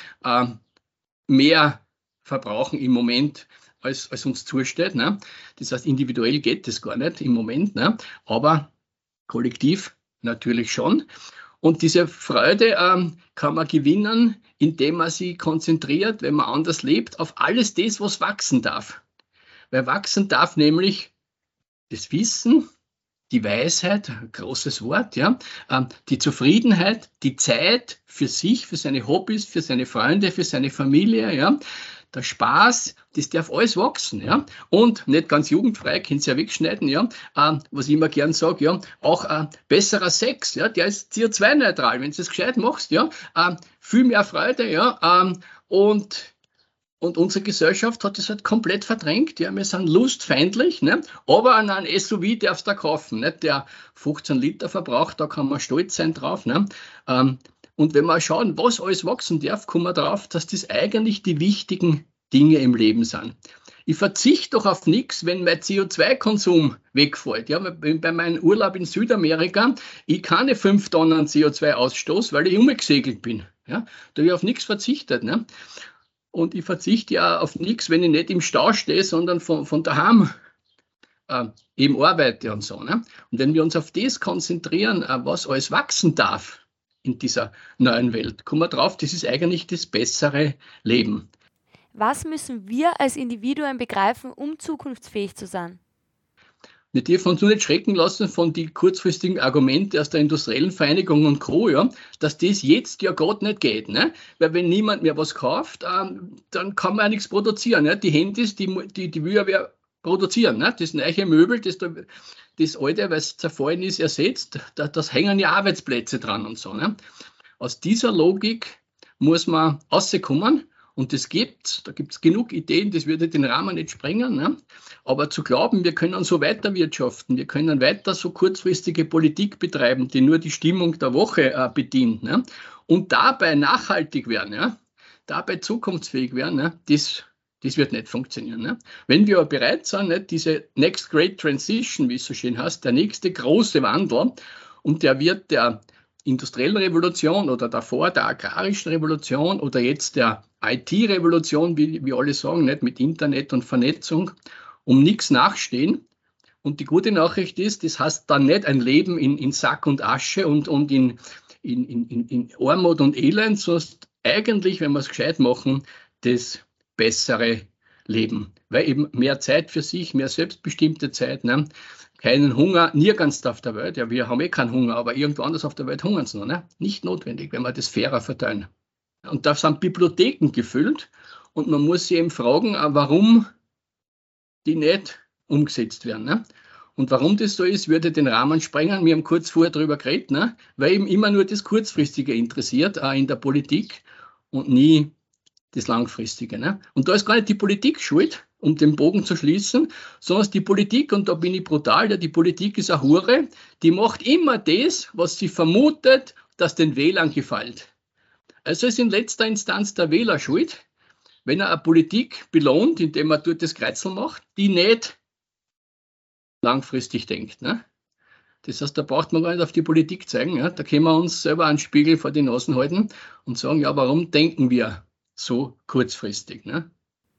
mehr verbrauchen im Moment, als uns zusteht. Ne? Das heißt, individuell geht das gar nicht im Moment, ne? Aber kollektiv natürlich schon. Und diese Freude kann man gewinnen, indem man sie konzentriert, wenn man anders lebt, auf alles das, was wachsen darf. Weil wachsen darf nämlich das Wissen, die Weisheit, großes Wort, ja, die Zufriedenheit, die Zeit für sich, für seine Hobbys, für seine Freunde, für seine Familie, ja, der Spaß, das darf alles wachsen, ja. Und nicht ganz jugendfrei, könnt ihr ja wegschneiden, ja. Was ich immer gern sage, ja, auch besserer Sex, ja, der ist CO2-neutral, wenn du es gescheit machst, ja. Viel mehr Freude, ja. Und unsere Gesellschaft hat das halt komplett verdrängt. Ja, wir sind lustfeindlich, ne? Aber an einen SUV darfst du kaufen, nicht? Der 15 Liter verbraucht, da kann man stolz sein drauf. Ne? Und wenn wir schauen, was alles wachsen darf, kommen wir drauf, dass das eigentlich die wichtigen Dinge im Leben sind. Ich verzichte doch auf nichts, wenn mein CO2-Konsum wegfällt. Ja, bei meinem Urlaub in Südamerika, ich keine 5 Tonnen CO2 ausstoß, weil ich umgesegelt bin. Ja, da habe ich auf nichts verzichtet. Ne? Und ich verzichte ja auf nichts, wenn ich nicht im Stau stehe, sondern von daheim eben arbeite und so. Ne? Und wenn wir uns auf das konzentrieren, was alles wachsen darf in dieser neuen Welt, kommen wir drauf, das ist eigentlich das bessere Leben. Was müssen wir als Individuen begreifen, um zukunftsfähig zu sein? Wir dürfen uns nur nicht schrecken lassen von den kurzfristigen Argumenten aus der industriellen Vereinigung und Co., ja, dass das jetzt ja gerade nicht geht. Ne? Weil wenn niemand mehr was kauft, dann kann man ja nichts produzieren. Ne? Die Handys, die will ja wer produzieren. Ne? Das neue Möbel, das alte, weil es zerfallen ist, ersetzt, das hängen ja Arbeitsplätze dran und so. Ne? Aus dieser Logik muss man rauskommen. Und da gibt es genug Ideen, das würde den Rahmen nicht sprengen. Ne? Aber zu glauben, wir können so weiter wirtschaften, wir können weiter so kurzfristige Politik betreiben, die nur die Stimmung der Woche bedient, ne? Und dabei nachhaltig werden, ja? Dabei zukunftsfähig werden, ne? Das wird nicht funktionieren. Ne? Wenn wir aber bereit sind, ne, diese Next Great Transition, wie es so schön heißt, der nächste große Wandel, und der wird der industriellen Revolution oder davor der agrarischen Revolution oder jetzt der IT-Revolution, wie alle sagen, nicht mit Internet und Vernetzung, um nichts nachstehen. Und die gute Nachricht ist, das heißt dann nicht ein Leben in Sack und Asche und in Armut und Elend, sondern eigentlich, wenn wir es gescheit machen, das bessere Leben. Weil eben mehr Zeit für sich, mehr selbstbestimmte Zeit, ne? Keinen Hunger, nirgends auf der Welt. Ja, wir haben keinen Hunger, aber irgendwo anders auf der Welt hungern sie noch. Ne? Nicht notwendig, wenn wir das fairer verteilen. Und da sind Bibliotheken gefüllt und man muss sich eben fragen, warum die nicht umgesetzt werden. Ne? Und warum das so ist, würde den Rahmen sprengen. Wir haben kurz vorher darüber geredet, ne? Weil eben immer nur das Kurzfristige interessiert, in der Politik und nie das Langfristige. Ne? Und da ist gar nicht die Politik schuld, um den Bogen zu schließen, sondern die Politik, und da bin ich brutal, ja, die Politik ist eine Hure, die macht immer das, was sie vermutet, dass den Wählern gefällt. Also ist in letzter Instanz der Wähler schuld, wenn er eine Politik belohnt, indem er dort das Kreuzel macht, die nicht langfristig denkt. Ne? Das heißt, da braucht man gar nicht auf die Politik zeigen. Ja? Da können wir uns selber einen Spiegel vor die Nasen halten und sagen, ja, warum denken wir so kurzfristig? Ne?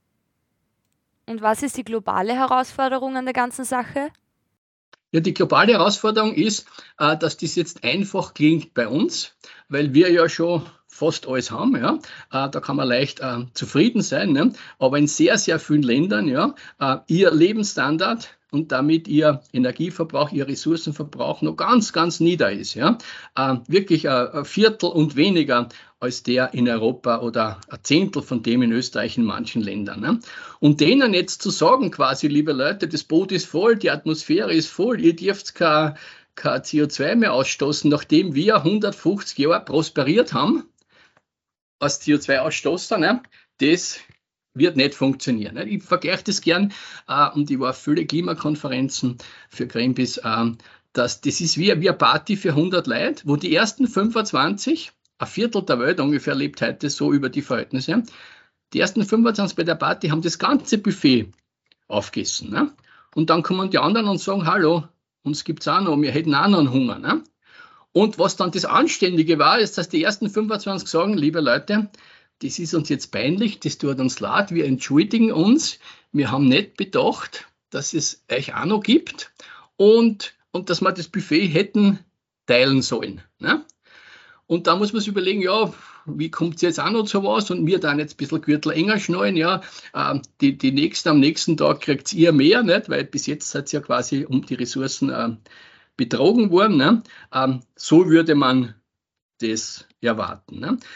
Und was ist die globale Herausforderung an der ganzen Sache? Ja, die globale Herausforderung ist, dass das jetzt einfach klingt bei uns, weil wir ja schon fast alles haben. Ja? Da kann man leicht zufrieden sein. Ne? Aber in sehr, sehr vielen Ländern, ja, ihr Lebensstandard und damit ihr Energieverbrauch, ihr Ressourcenverbrauch noch ganz, ganz nieder ist. Ja? Wirklich ein Viertel und weniger als der in Europa oder ein Zehntel von dem in Österreich in manchen Ländern. Ne? Und denen jetzt zu sagen, quasi, liebe Leute, das Boot ist voll, die Atmosphäre ist voll, ihr dürft kein CO2 mehr ausstoßen, nachdem wir 150 Jahre prosperiert haben als CO2-Ausstoßer, ne? Das wird nicht funktionieren. Ne? Ich vergleiche das gern, und ich war auf viele Klimakonferenzen für Greenpeace, dass das ist wie eine Party für 100 Leute, wo die ersten 25, ein Viertel der Welt ungefähr lebt heute so über die Verhältnisse, die ersten 25 bei der Party haben das ganze Buffet aufgegessen. Ne? Und dann kommen die anderen und sagen, hallo, uns gibt es auch noch, wir hätten auch noch einen Hunger. Ne? Und was dann das Anständige war, ist, dass die ersten 25 sagen, liebe Leute, das ist uns jetzt peinlich, das tut uns leid, wir entschuldigen uns, wir haben nicht bedacht, dass es euch auch noch gibt und dass wir das Buffet hätten teilen sollen. Ne? Und da muss man sich überlegen, ja, wie kommt es jetzt auch noch zu was und wir dann jetzt ein bisschen Gürtel enger schnallen, ja, am nächsten Tag kriegt ihr mehr, nicht? Weil bis jetzt seid ihr ja quasi um die Ressourcen betrogen worden. Ne? So würde man das erwarten. Ne?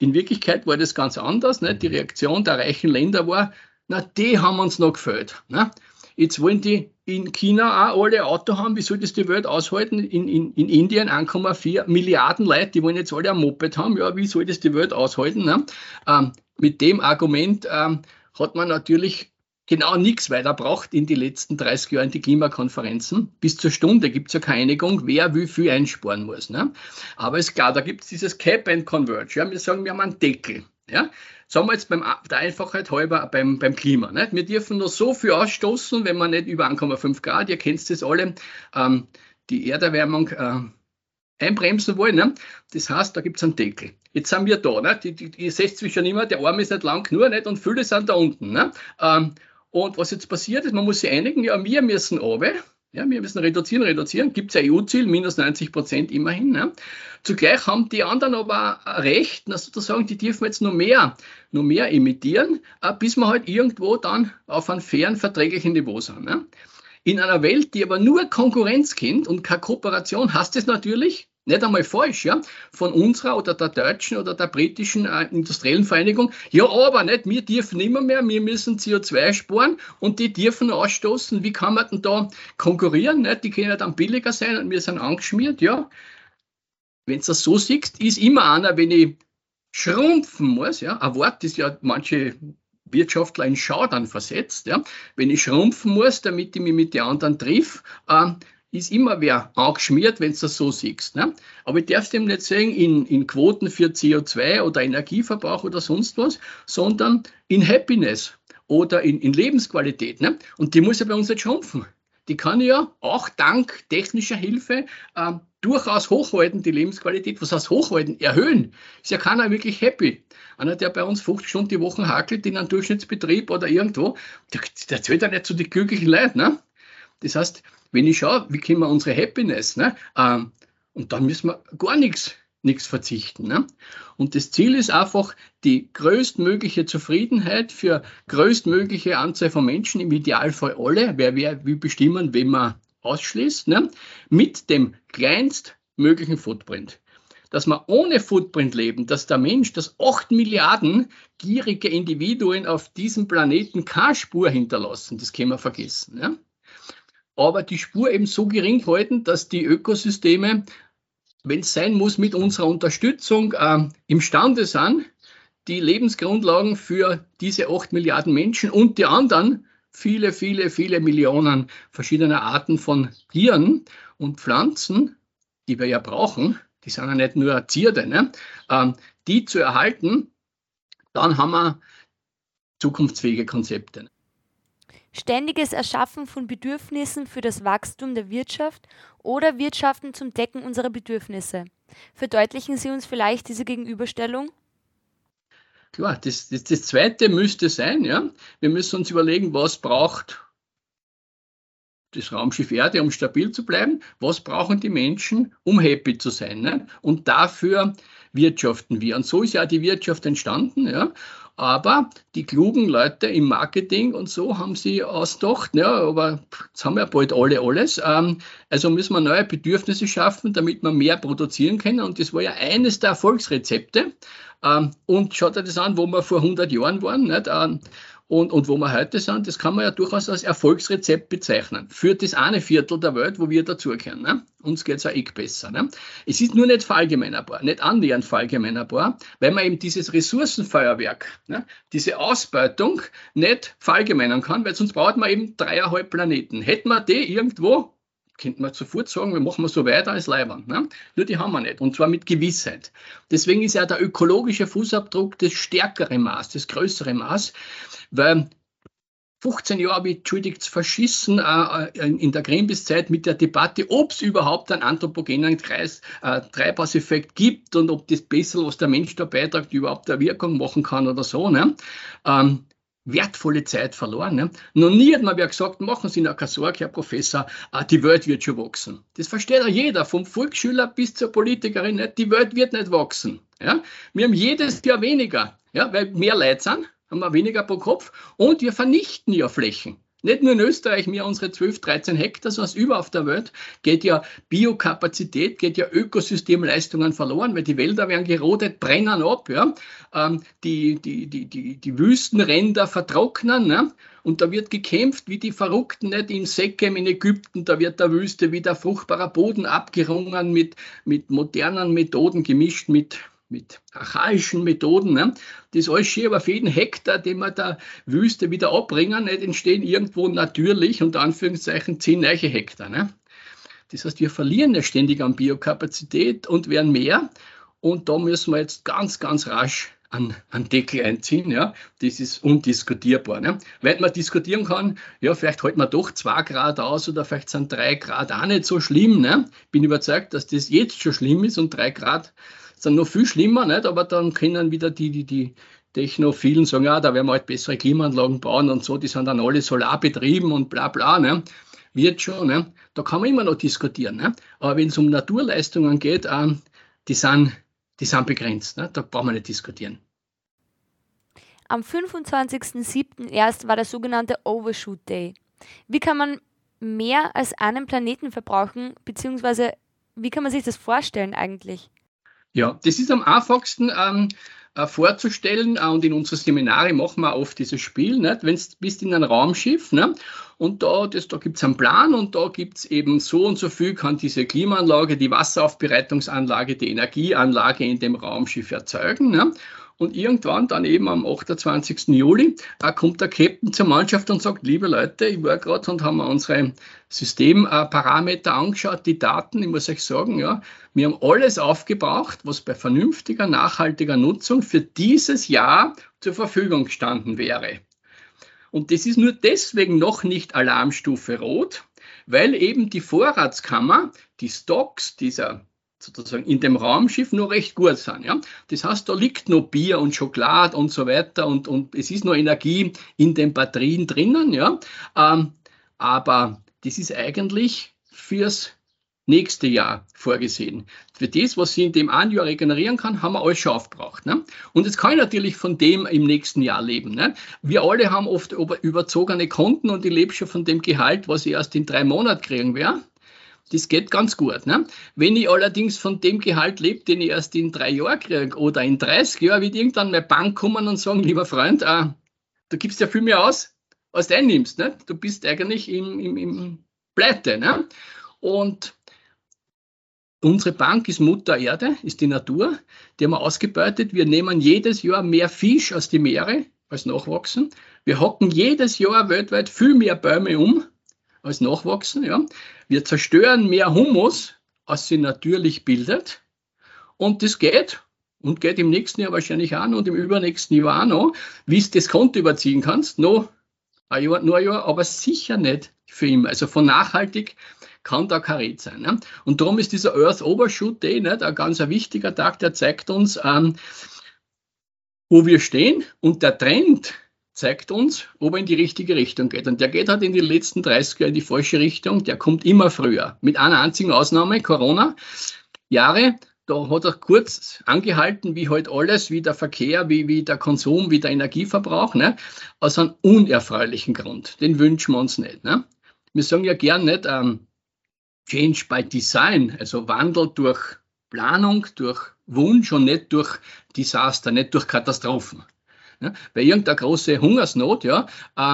In Wirklichkeit war das ganz anders. Ne? Die Reaktion der reichen Länder war, na, die haben uns noch gefällt. Ne? Jetzt wollen die in China auch alle Auto haben. Wie soll das die Welt aushalten? In Indien 1,4 Milliarden Leute, die wollen jetzt alle ein Moped haben. Ja, wie soll das die Welt aushalten? Ne? Mit dem Argument hat man natürlich genau nichts weitergebracht in die letzten 30 Jahren die Klimakonferenzen. Bis zur Stunde gibt es ja keine Einigung, wer wie viel einsparen muss. Ne? Aber ist klar, da gibt es dieses Cap and Converge. Ja? Wir sagen, wir haben einen Deckel. Ja? Sagen wir jetzt der Einfachheit halber beim Klima. Nicht? Wir dürfen nur so viel ausstoßen, wenn man nicht über 1,5 Grad, ihr kennt das alle, die Erderwärmung einbremsen wollen. Ne? Das heißt, da gibt es einen Deckel. Jetzt sind wir da. Ne? Ihr seht es schon immer, der Arm ist nicht lang genug, nicht? Und viele sind da unten. Ne? Und was jetzt passiert ist, man muss sich einigen, ja, wir müssen runter. Ja, wir müssen reduzieren. Gibt es ein EU-Ziel, minus 90% immerhin. Ne? Zugleich haben die anderen aber recht, sozusagen, die dürfen jetzt noch mehr emittieren, bis wir halt irgendwo dann auf einem fairen, verträglichen Niveau sind. Ne? In einer Welt, die aber nur Konkurrenz kennt und keine Kooperation, heißt es natürlich, nicht einmal falsch, ja, von unserer oder der deutschen oder der britischen industriellen Vereinigung, ja, aber nicht, wir dürfen immer mehr, wir müssen CO2 sparen und die dürfen ausstoßen. Wie kann man denn da konkurrieren? Nicht? Die können ja dann billiger sein und wir sind angeschmiert, ja. Wenn du das so siehst, ist immer einer, wenn ich schrumpfen muss, ja, ein Wort, das ja manche Wirtschaftler in Schaudern versetzt, ja, wenn ich schrumpfen muss, damit ich mich mit den anderen triff, ist immer wer angeschmiert, wenn du das so siehst. Ne? Aber ich darf es dem nicht sagen in Quoten für CO2 oder Energieverbrauch oder sonst was, sondern in Happiness oder in Lebensqualität. Ne? Und die muss ja bei uns nicht schrumpfen. Die kann ja auch dank technischer Hilfe durchaus hochhalten, die Lebensqualität. Was heißt hochhalten? Erhöhen. Ist ja keiner wirklich happy. Einer, der bei uns 50 Stunden die Woche hakelt in einem Durchschnittsbetrieb oder irgendwo, der zählt ja nicht zu den glücklichen Leuten. Ne? Das heißt, wenn ich schaue, wie können wir unsere Happiness, ne? Und dann müssen wir gar nichts verzichten. Ne? Und das Ziel ist einfach, die größtmögliche Zufriedenheit für größtmögliche Anzahl von Menschen, im Idealfall alle, wer will bestimmen, wen man ausschließt, ne? Mit dem kleinstmöglichen Footprint. Dass wir ohne Footprint leben, dass der Mensch, dass 8 Milliarden gierige Individuen auf diesem Planeten keine Spur hinterlassen, das können wir vergessen. Ne? Aber die Spur eben so gering halten, dass die Ökosysteme, wenn es sein muss, mit unserer Unterstützung imstande sind, die Lebensgrundlagen für diese 8 Milliarden Menschen und die anderen viele, viele, viele Millionen verschiedener Arten von Tieren und Pflanzen, die wir ja brauchen, die sind ja nicht nur Zierde, ne? Die zu erhalten, dann haben wir zukunftsfähige Konzepte. Ständiges Erschaffen von Bedürfnissen für das Wachstum der Wirtschaft oder Wirtschaften zum Decken unserer Bedürfnisse. Verdeutlichen Sie uns vielleicht diese Gegenüberstellung? Klar, das Zweite müsste sein, ja. Wir müssen uns überlegen, was braucht das Raumschiff Erde, um stabil zu bleiben? Was brauchen die Menschen, um happy zu sein? Ne? Und dafür wirtschaften wir. Und so ist ja die Wirtschaft entstanden, ja. Aber die klugen Leute im Marketing und so haben sie ausgedacht, ja, aber jetzt haben wir bald alle alles. Also müssen wir neue Bedürfnisse schaffen, damit wir mehr produzieren können. Und das war ja eines der Erfolgsrezepte. Und schaut euch das an, wo wir vor 100 Jahren waren, nicht? Und wo wir heute sind, das kann man ja durchaus als Erfolgsrezept bezeichnen. Für das eine Viertel der Welt, wo wir dazugehören. Ne? Uns geht es auch besser. Ne? Es ist nur nicht verallgemeinerbar, nicht annähernd verallgemeinerbar, weil man eben dieses Ressourcenfeuerwerk, ne, diese Ausbeutung nicht verallgemeinern kann, weil sonst braucht man eben 3,5 Planeten. Hätten wir die irgendwo, könnte man sofort sagen, wir machen so weiter als Leibern. Ne? Nur die haben wir nicht. Und zwar mit Gewissheit. Deswegen ist ja der ökologische Fußabdruck das stärkere Maß, das größere Maß, weil 15 Jahre habe ich, entschuldigt, verschissen in der Greenpeace-Zeit mit der Debatte, ob es überhaupt einen anthropogenen Treibhauseffekt gibt und ob das besser, was der Mensch da beiträgt, überhaupt eine Wirkung machen kann oder so. Ne? Wertvolle Zeit verloren. Ne? Noch nie hat man wer gesagt, machen Sie noch keine Sorge, Herr Professor, die Welt wird schon wachsen. Das versteht ja jeder, vom Volksschüler bis zur Politikerin. Nicht? Die Welt wird nicht wachsen. Ja? Wir haben jedes Jahr weniger, ja? Weil mehr Leute sind, haben wir weniger pro Kopf und wir vernichten ja Flächen. Nicht nur in Österreich, wir unsere 12, 13 Hektar, sonst überall auf der Welt, geht ja Biokapazität, geht ja Ökosystemleistungen verloren, weil die Wälder werden gerodet, brennen ab, ja. Die Wüstenränder vertrocknen, ne? Und da wird gekämpft wie die Verrückten, nicht in Sekem in Ägypten, da wird der Wüste wieder fruchtbarer Boden abgerungen mit modernen Methoden, gemischt mit archaischen Methoden. Ne? Das ist alles schön, aber für jeden Hektar, den wir der Wüste wieder abbringen, nicht, entstehen irgendwo natürlich, unter Anführungszeichen, 10 neue Hektar. Ne? Das heißt, wir verlieren ja ständig an Biokapazität und werden mehr. Und da müssen wir jetzt ganz, ganz rasch an Deckel einziehen. Ja? Das ist undiskutierbar. Ne? Weil man diskutieren kann, ja, vielleicht halten wir doch 2 Grad aus oder vielleicht sind 3 Grad auch nicht so schlimm. Ne? Bin überzeugt, dass das jetzt schon schlimm ist und 3 Grad sind noch viel schlimmer, nicht? Aber dann können wieder die Technophilen sagen, ja, da werden wir halt bessere Klimaanlagen bauen und so, die sind dann alle solarbetrieben und bla bla, ne? Wird schon, ne? Da kann man immer noch diskutieren, ne? Aber wenn es um Naturleistungen geht, die sind begrenzt, ne? Da brauchen wir nicht diskutieren. Am 25.07. erst war der sogenannte Overshoot Day. Wie kann man mehr als einen Planeten verbrauchen, beziehungsweise wie kann man sich das vorstellen eigentlich? Ja, das ist am einfachsten vorzustellen und in unseren Seminaren machen wir oft dieses Spiel, nicht? Wenn du bist in einem Raumschiff, ne? Und da gibt es einen Plan und da gibt es eben so und so viel kann diese Klimaanlage, die Wasseraufbereitungsanlage, die Energieanlage in dem Raumschiff erzeugen. Ne? Und irgendwann dann eben am 28. Juli kommt der Captain zur Mannschaft und sagt, liebe Leute, ich war gerade und haben wir unsere Systemparameter angeschaut, die Daten, ich muss euch sagen, ja, wir haben alles aufgebraucht, was bei vernünftiger, nachhaltiger Nutzung für dieses Jahr zur Verfügung gestanden wäre. Und das ist nur deswegen noch nicht Alarmstufe Rot, weil eben die Vorratskammer, die Stocks dieser sozusagen in dem Raumschiff noch recht gut sind. Ja? Das heißt, da liegt noch Bier und Schokolade und so weiter und es ist noch Energie in den Batterien drinnen. Ja? Aber das ist eigentlich fürs nächste Jahr vorgesehen. Für das, was sie in dem einen Jahr regenerieren kann, haben wir alles schon aufgebraucht. Ne? Und jetzt kann ich natürlich von dem im nächsten Jahr leben. Ne? Wir alle haben oft überzogene Konten und ich lebe schon von dem Gehalt, was ich erst in 3 Monaten kriegen werde. Das geht ganz gut. Ne? Wenn ich allerdings von dem Gehalt lebe, den ich erst in 3 Jahren kriege oder in 30 Jahren, wird irgendwann meine Bank kommen und sagen, lieber Freund, du gibst ja viel mehr aus, als du einnimmst. Ne? Du bist eigentlich im Pleite. Ne? Und unsere Bank ist Mutter Erde, ist die Natur, die haben wir ausgebeutet. Wir nehmen jedes Jahr mehr Fisch aus die Meere als nachwachsen. Wir hacken jedes Jahr weltweit viel mehr Bäume als nachwachsen. Ja. Wir zerstören mehr Humus, als sie natürlich bildet. Und das geht. Und geht im nächsten Jahr wahrscheinlich auch noch und im übernächsten Jahr auch noch. Wie du das Konto überziehen kannst, noch ein Jahr, aber sicher nicht für immer. Also von nachhaltig kann da kein Rede sein. Ne? Und darum ist dieser Earth Overshoot Day nicht ein ganz wichtiger Tag, der zeigt uns, wo wir stehen. Und der Trend zeigt uns, ob er in die richtige Richtung geht. Und der geht halt in die letzten 30 Jahren in die falsche Richtung. Der kommt immer früher. Mit einer einzigen Ausnahme, Corona-Jahre. Da hat er kurz angehalten, wie halt alles, wie der Verkehr, wie der Konsum, wie der Energieverbrauch. Ne? Aus einem unerfreulichen Grund. Den wünschen wir uns nicht. Ne? Wir sagen ja gern nicht, Change by Design, also Wandel durch Planung, durch Wunsch und nicht durch Desaster, nicht durch Katastrophen. Ja, bei irgendeiner großen Hungersnot, ja,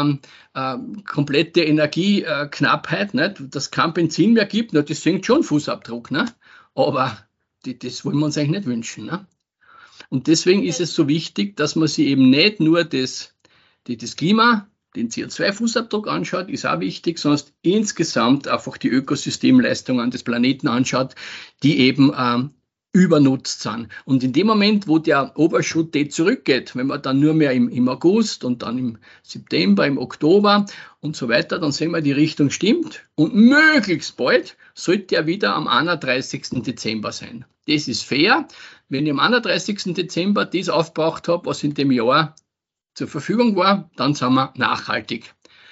komplette Energieknappheit, nicht, dass es kein Benzin mehr gibt, na, das sinkt schon Fußabdruck, ne? Aber das wollen wir uns eigentlich nicht wünschen. Ne? Und deswegen ist es so wichtig, dass man sich eben nicht nur das Klima, den CO2-Fußabdruck anschaut, ist auch wichtig, sondern insgesamt einfach die Ökosystemleistungen des Planeten anschaut, die eben übernutzt sind. Und in dem Moment, wo der Overshoot Day zurückgeht, wenn man dann nur mehr im August und dann im September, im Oktober und so weiter, dann sehen wir, die Richtung stimmt und möglichst bald sollte er wieder am 31. Dezember sein. Das ist fair. Wenn ich am 31. Dezember das aufgebraucht habe, was in dem Jahr zur Verfügung war, dann sind wir nachhaltig.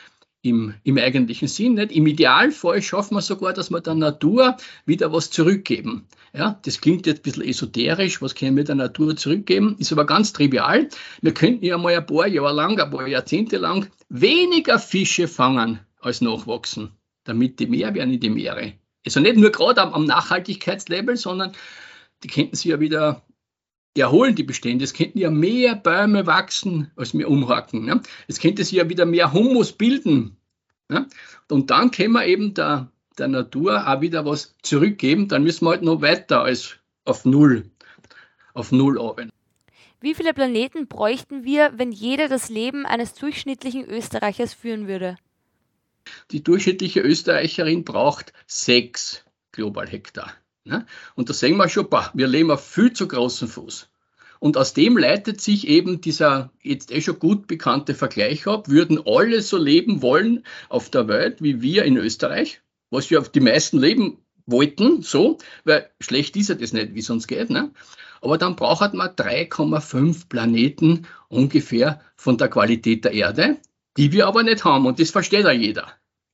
im eigentlichen Sinn. Nicht? Im Idealfall schaffen wir sogar, dass wir der Natur wieder was zurückgeben. Ja, das klingt jetzt ein bisschen esoterisch, was können wir der Natur zurückgeben, ist aber ganz trivial. Wir könnten ja mal ein paar Jahre lang, ein paar Jahrzehnte lang weniger Fische fangen als nachwachsen, damit die mehr werden in die Meere. Also nicht nur gerade am Nachhaltigkeitslevel, sondern die könnten sich ja wieder erholen, die Bestände. Es könnten ja mehr Bäume wachsen, als wir umhacken. Ne? Es könnte sich ja wieder mehr Humus bilden. Ne? Und dann können wir eben der Natur auch wieder was zurückgeben. Dann müssen wir halt noch weiter als auf Null arbeiten. Wie viele Planeten bräuchten wir, wenn jeder das Leben eines durchschnittlichen Österreichers führen würde? Die durchschnittliche Österreicherin braucht 6 Globalhektar. Ne? Und da sehen wir schon, wir leben auf viel zu großen Fuß. Und aus dem leitet sich eben dieser jetzt schon gut bekannte Vergleich ab, würden alle so leben wollen auf der Welt wie wir in Österreich, was ja die meisten leben wollten, so, weil schlecht ist ja das nicht, wie es uns geht. Ne? Aber dann braucht man 3,5 Planeten ungefähr von der Qualität der Erde, die wir aber nicht haben. Und das versteht ja jeder.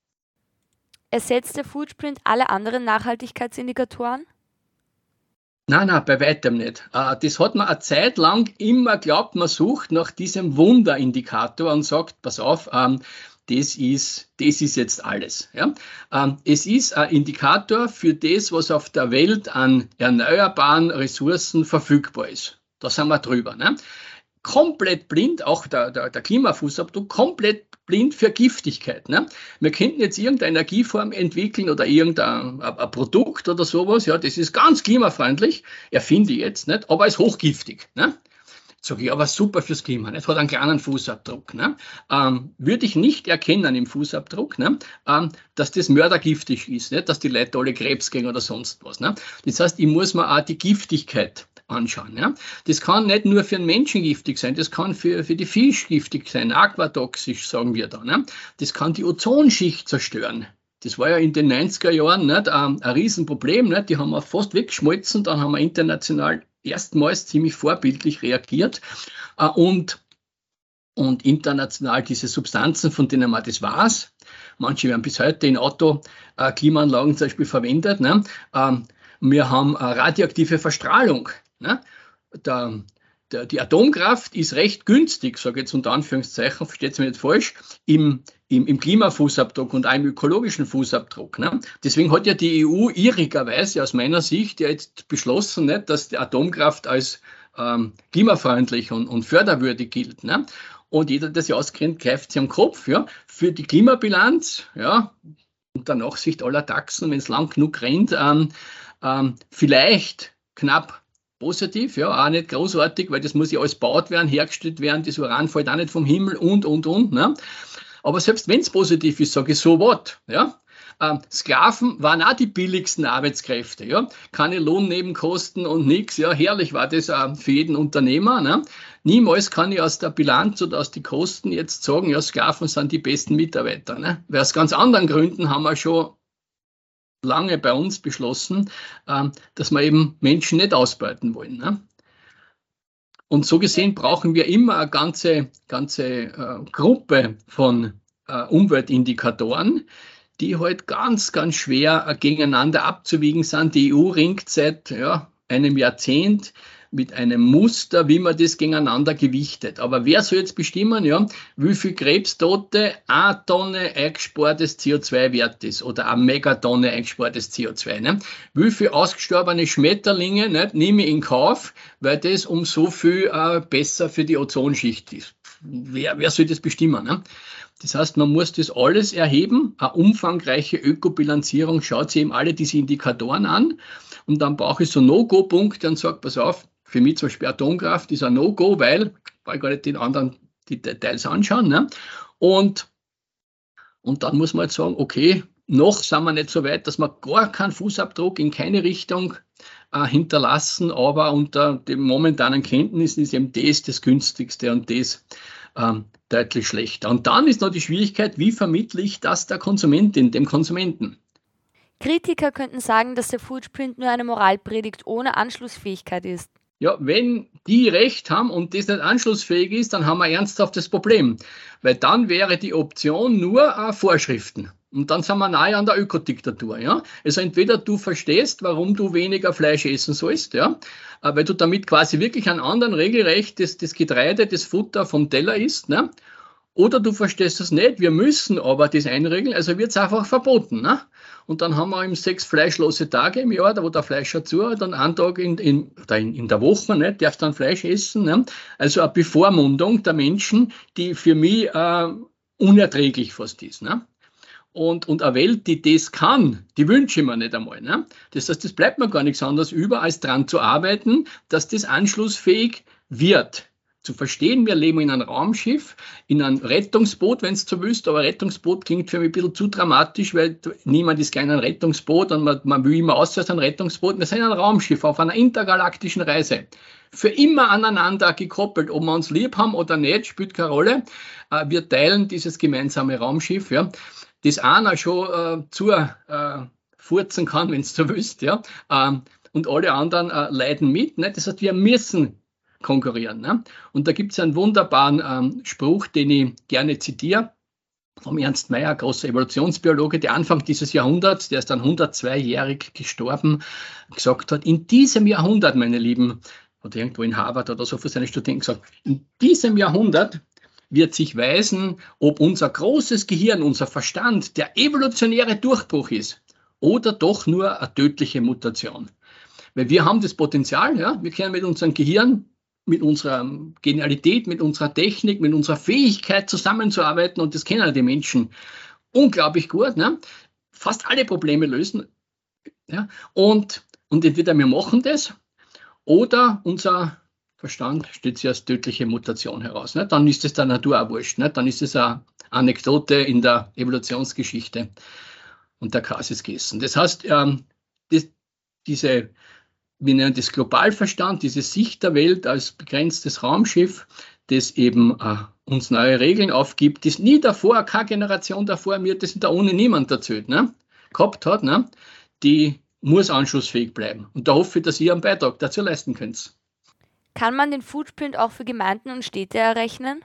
Ersetzt der Footprint alle anderen Nachhaltigkeitsindikatoren? Nein, bei weitem nicht. Das hat man eine Zeit lang immer geglaubt, man sucht nach diesem Wunderindikator und sagt, pass auf, das ist jetzt alles. Ja? Es ist ein Indikator für das, was auf der Welt an erneuerbaren Ressourcen verfügbar ist. Da sind wir drüber. Ne? Komplett blind, auch der Klimafußabdruck, komplett blind für Giftigkeit. Ne? Wir könnten jetzt irgendeine Energieform entwickeln oder irgendein Produkt oder sowas, ja, das ist ganz klimafreundlich, erfinde ich jetzt nicht, aber ist hochgiftig. Ne? Sag ich, aber super fürs Klima, nicht? Hat einen kleinen Fußabdruck. Ne? Würde ich nicht erkennen im Fußabdruck, ne? Dass das mördergiftig ist, nicht? Dass die Leute alle Krebs kriegen oder sonst was. Ne? Das heißt, ich muss mir auch die Giftigkeit anschauen. Ja? Das kann nicht nur für den Menschen giftig sein, das kann für die Fisch giftig sein, aquatoxisch, sagen wir da. Ne? Das kann die Ozonschicht zerstören. Das war ja in den 90er Jahren nicht, ein Riesenproblem. Nicht? Die haben wir fast weggeschmolzen, dann haben wir international erstmals ziemlich vorbildlich reagiert und international diese Substanzen, von denen man das weiß. Manche werden bis heute in Klimaanlagen zum Beispiel verwendet. Ne? Wir haben radioaktive Verstrahlung. Ne? Die Atomkraft ist recht günstig, sage ich jetzt unter Anführungszeichen, versteht mir nicht falsch, im Klimafußabdruck und auch im ökologischen Fußabdruck. Ne? Deswegen hat ja die EU irrigerweise aus meiner Sicht ja jetzt beschlossen, nicht, dass die Atomkraft als klimafreundlich und förderwürdig gilt. Ne? Und jeder, der sich auskennt, greift sich am Kopf. Ja? Für die Klimabilanz, ja, unter Nachsicht aller Taxen, wenn es lang genug rennt, vielleicht knapp positiv, ja, auch nicht großartig, weil das muss ja alles gebaut werden, hergestellt werden, das Uran fällt auch nicht vom Himmel und. Ne? Aber selbst wenn es positiv ist, sage ich, so what? Ja? Sklaven waren auch die billigsten Arbeitskräfte, ja? Keine Lohnnebenkosten und nichts, ja, herrlich war das für jeden Unternehmer. Ne? Niemals kann ich aus der Bilanz oder aus den Kosten jetzt sagen, ja, Sklaven sind die besten Mitarbeiter. Ne? Weil aus ganz anderen Gründen haben wir schon lange bei uns beschlossen, dass wir eben Menschen nicht ausbeuten wollen. Ne? Und so gesehen brauchen wir immer eine ganze Gruppe von Umweltindikatoren, die halt ganz, ganz schwer gegeneinander abzuwiegen sind. Die EU ringt seit einem Jahrzehnt mit einem Muster, wie man das gegeneinander gewichtet. Aber wer soll jetzt bestimmen, ja, wie viel Krebstote eine Tonne eingespartes CO2 wert ist oder eine Megatonne eingespartes CO2? Ne? Wie viel ausgestorbene Schmetterlinge nicht, nehme ich in Kauf, weil das um so viel besser für die Ozonschicht ist? Wer soll das bestimmen? Ne? Das heißt, man muss das alles erheben. Eine umfangreiche Ökobilanzierung schaut sich eben alle diese Indikatoren an. Und dann brauche ich so No-Go-Punkte und sage, pass auf, für mich zum Beispiel Atomkraft ist ein No-Go, weil ich gar nicht den anderen die Details anschauen. Ne? Und dann muss man halt sagen, okay, noch sind wir nicht so weit, dass wir gar keinen Fußabdruck in keine Richtung hinterlassen, aber unter den momentanen Kenntnissen ist eben das günstigste und das deutlich schlechter. Und dann ist noch die Schwierigkeit, wie vermittle ich das der Konsumentin, dem Konsumenten? Kritiker könnten sagen, dass der Footprint nur eine Moralpredigt ohne Anschlussfähigkeit ist. Ja, wenn die Recht haben und das nicht anschlussfähig ist, dann haben wir ein ernsthaftes Problem. Weil dann wäre die Option nur Vorschriften. Und dann sind wir nahe an der Ökodiktatur. Ja? Also entweder du verstehst, warum du weniger Fleisch essen sollst, ja? Weil du damit quasi wirklich an anderen Regelrecht das Getreide, das Futter vom Teller isst, ne? Oder du verstehst es nicht, wir müssen aber das einregeln, also wird es einfach verboten. Ne? Und dann haben wir eben 6 fleischlose Tage im Jahr, da wo der Fleisch dazu hat, dann einen Tag in der Woche, ne, darfst dann Fleisch essen. Ne? Also eine Bevormundung der Menschen, die für mich unerträglich fast ist. Ne? Und eine Welt, die das kann, die wünsche ich mir nicht einmal. Ne? Das heißt, das bleibt mir gar nichts anderes über, als daran zu arbeiten, dass das anschlussfähig wird. Zu verstehen, wir leben in einem Raumschiff, in einem Rettungsboot, wenn es so willst, aber Rettungsboot klingt für mich ein bisschen zu dramatisch, weil niemand ist gerne ein Rettungsboot und man will immer aus als ein Rettungsboot. Wir sind in einem Raumschiff auf einer intergalaktischen Reise. Für immer aneinander gekoppelt, ob wir uns lieb haben oder nicht, spielt keine Rolle. Wir teilen dieses gemeinsame Raumschiff, ja, das einer schon furzen kann, wenn es so willst, ja, und alle anderen leiden mit. Ne? Das heißt, wir müssen konkurrieren. Ne? Und da gibt es einen wunderbaren Spruch, den ich gerne zitiere, vom Ernst Mayr, großer Evolutionsbiologe, der Anfang dieses Jahrhunderts, der ist dann 102-jährig gestorben, gesagt hat, in diesem Jahrhundert, meine Lieben, hat irgendwo in Harvard oder so für seine Studenten gesagt, in diesem Jahrhundert wird sich weisen, ob unser großes Gehirn, unser Verstand, der evolutionäre Durchbruch ist oder doch nur eine tödliche Mutation. Weil wir haben das Potenzial, ja, wir können mit unserem Gehirn, mit unserer Genialität, mit unserer Technik, mit unserer Fähigkeit zusammenzuarbeiten, und das kennen die Menschen unglaublich gut, ne? Fast alle Probleme lösen. Ja? Und entweder wir machen das oder unser Verstand stellt sich als tödliche Mutation heraus. Ne? Dann ist es der Natur auch wurscht. Ne? Dann ist es eine Anekdote in der Evolutionsgeschichte und der Kas ist gegessen. Das heißt, wir nennen das Globalverstand, diese Sicht der Welt als begrenztes Raumschiff, das eben uns neue Regeln aufgibt, das nie davor, keine Generation davor, mir das in der Uni niemand erzählt, ne, gehabt hat, ne, die muss anschlussfähig bleiben. Und da hoffe ich, dass ihr einen Beitrag dazu leisten könnt. Kann man den Footprint auch für Gemeinden und Städte errechnen?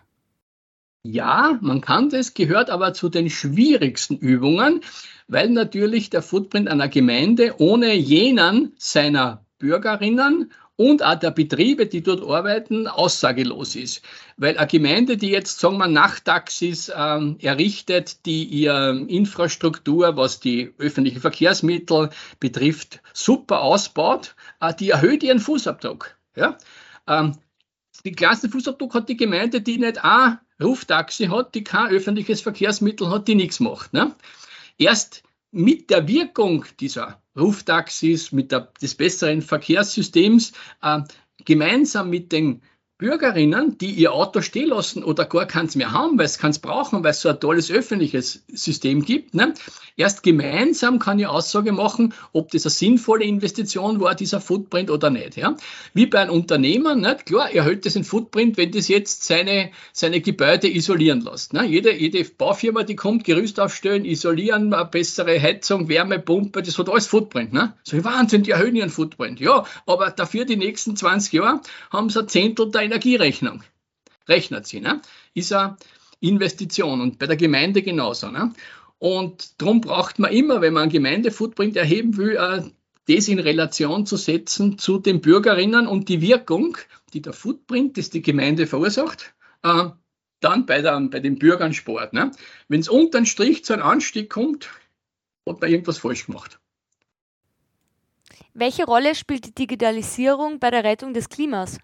Ja, man kann das, gehört aber zu den schwierigsten Übungen, weil natürlich der Footprint einer Gemeinde ohne jenen seiner Bürgerinnen und auch der Betriebe, die dort arbeiten, aussagelos ist. Weil eine Gemeinde, die jetzt, sagen wir, Nachttaxis errichtet, die ihre Infrastruktur, was die öffentlichen Verkehrsmittel betrifft, super ausbaut, die erhöht ihren Fußabdruck. Ja? Den kleinsten Fußabdruck hat die Gemeinde, die nicht ein Ruftaxi hat, die kein öffentliches Verkehrsmittel hat, die nichts macht. Ne? Erst mit der Wirkung dieser Ruftaxis, des besseren Verkehrssystems, gemeinsam mit den Bürgerinnen, die ihr Auto stehen lassen oder gar keins mehr haben, weil es keins brauchen, weil es so ein tolles öffentliches System gibt. Ne? Erst gemeinsam kann ich Aussage machen, ob das eine sinnvolle Investition war, dieser Footprint oder nicht. Ja? Wie bei einem Unternehmer, ne? Klar, erhöht das den Footprint, wenn das jetzt seine Gebäude isolieren lässt. Ne? Jede Baufirma, die kommt, Gerüst aufstellen, isolieren, eine bessere Heizung, Wärmepumpe, das hat alles Footprint. Ne? So, Wahnsinn, die erhöhen ihren Footprint. Ja, aber dafür die nächsten 20 Jahre haben sie ein Zehntel der Energierechnung. Rechnet sie, ne? Ist eine Investition, und bei der Gemeinde genauso. Ne? Und darum braucht man immer, wenn man einen Gemeindefootprint erheben will, das in Relation zu setzen zu den Bürgerinnen und die Wirkung, die der Footprint, das die Gemeinde verursacht, dann bei den Bürgern spart. Ne? Wenn es unter den Strich zu einem Anstieg kommt, hat man irgendwas falsch gemacht. Welche Rolle spielt die Digitalisierung bei der Rettung des Klimas?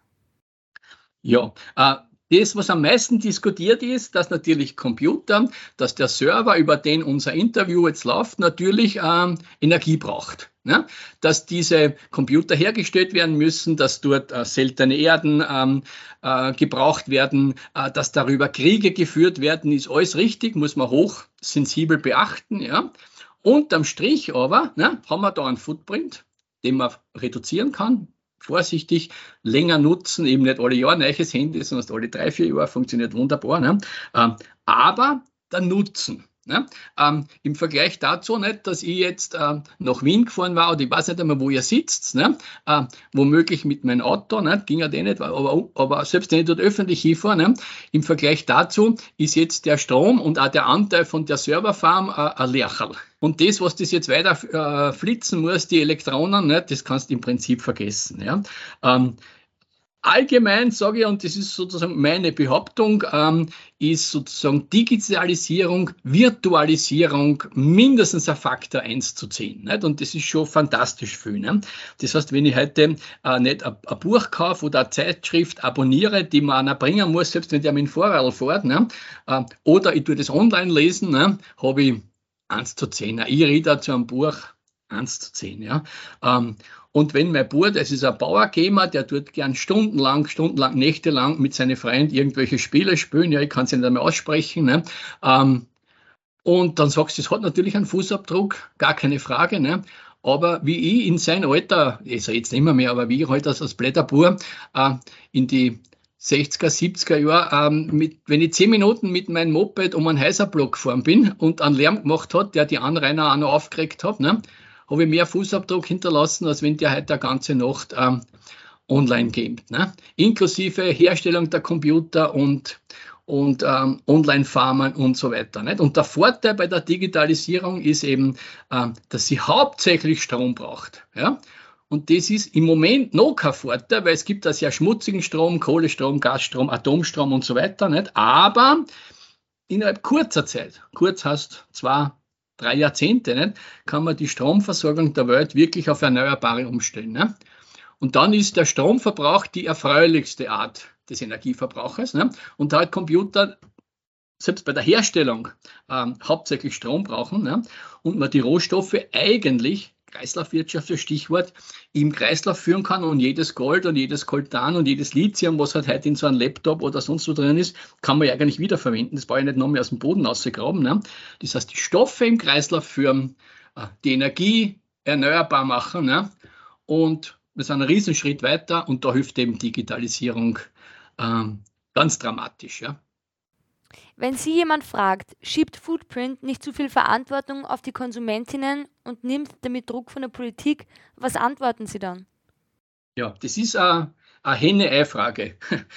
Ja, das, was am meisten diskutiert ist, dass natürlich Computer, dass der Server, über den unser Interview jetzt läuft, natürlich Energie braucht. Ne? Dass diese Computer hergestellt werden müssen, dass dort seltene Erden gebraucht werden, dass darüber Kriege geführt werden, ist alles richtig, muss man hochsensibel beachten. Ja? Unterm Strich aber, ne, haben wir da einen Footprint, den man reduzieren kann. Vorsichtig, länger nutzen, eben nicht alle Jahre neues Handy, sondern alle 3-4 Jahre, funktioniert wunderbar. Ne? Aber der Nutzen, Ne? Im Vergleich dazu nicht, dass ich jetzt nach Wien gefahren war, oder ich weiß nicht einmal, wo ihr sitzt, ne? Womöglich mit meinem Auto, ne? Ging ja nicht, aber selbst wenn ich dort öffentlich hinfahre, ne? Im Vergleich dazu ist jetzt der Strom und auch der Anteil von der Serverfarm ein Lercherl. Und das, was das jetzt weiter flitzen muss, die Elektronen, ne? Das kannst du im Prinzip vergessen. Ja? Allgemein sage ich, und das ist sozusagen meine Behauptung, ist sozusagen Digitalisierung, Virtualisierung mindestens ein Faktor 1:10. Nicht? Und das ist schon fantastisch viel. Nicht? Das heißt, wenn ich heute nicht ein Buch kaufe oder eine Zeitschrift abonniere, die man einer bringen muss, selbst wenn der mit dem Fahrrad fährt, ne? Oder ich tue das online lesen, ne? Habe ich 1:10. Ich rede dazu ein Buch 1:10. Ja? Und wenn mein Bruder, das ist ein Bauergamer, der tut gern stundenlang, nächtelang mit seinen Freunden irgendwelche Spiele spielen, ja, ich kann es nicht einmal aussprechen, ne? Und dann sagst du, das hat natürlich einen Fußabdruck, gar keine Frage, ne? Aber wie ich in sein Alter, also jetzt nicht mehr, aber wie ich halt als Blätterbur in die 60er, 70er Jahre, wenn ich 10 Minuten mit meinem Moped um einen Häuserblock gefahren bin und einen Lärm gemacht hat, der die Anrainer auch noch aufgeregt hat, ne? Habe ich mehr Fußabdruck hinterlassen, als wenn der heute eine ganze Nacht online gamet. Ne? Inklusive Herstellung der Computer und Online-Farmen und so weiter. Nicht? Und der Vorteil bei der Digitalisierung ist eben, dass sie hauptsächlich Strom braucht. Ja? Und das ist im Moment noch kein Vorteil, weil es gibt da sehr schmutzigen Strom, Kohlestrom, Gasstrom, Atomstrom und so weiter. Nicht? Aber innerhalb kurzer Zeit, kurz heißt 2-3 Jahrzehnte, nicht, kann man die Stromversorgung der Welt wirklich auf Erneuerbare umstellen. Ne? Und dann ist der Stromverbrauch die erfreulichste Art des Energieverbrauchers. Ne? Und da halt Computer selbst bei der Herstellung hauptsächlich Strom brauchen, ne? Und man die Rohstoffe eigentlich, Kreislaufwirtschaft das Stichwort, im Kreislauf führen kann und jedes Gold und jedes Coltan und jedes Lithium, was halt heute in so einem Laptop oder sonst wo drin ist, kann man ja eigentlich wiederverwenden. Das brauche ich nicht noch mehr aus dem Boden rausgraben. Ne? Das heißt, die Stoffe im Kreislauf führen, die Energie erneuerbar machen, ne? Und wir sind einen Riesenschritt weiter und da hilft eben Digitalisierung ganz dramatisch. Ja? Wenn Sie jemand fragt, schiebt Foodprint nicht zu viel Verantwortung auf die Konsumentinnen und nimmt damit Druck von der Politik, was antworten Sie dann? Ja, das ist eine Henne-Ei-Frage.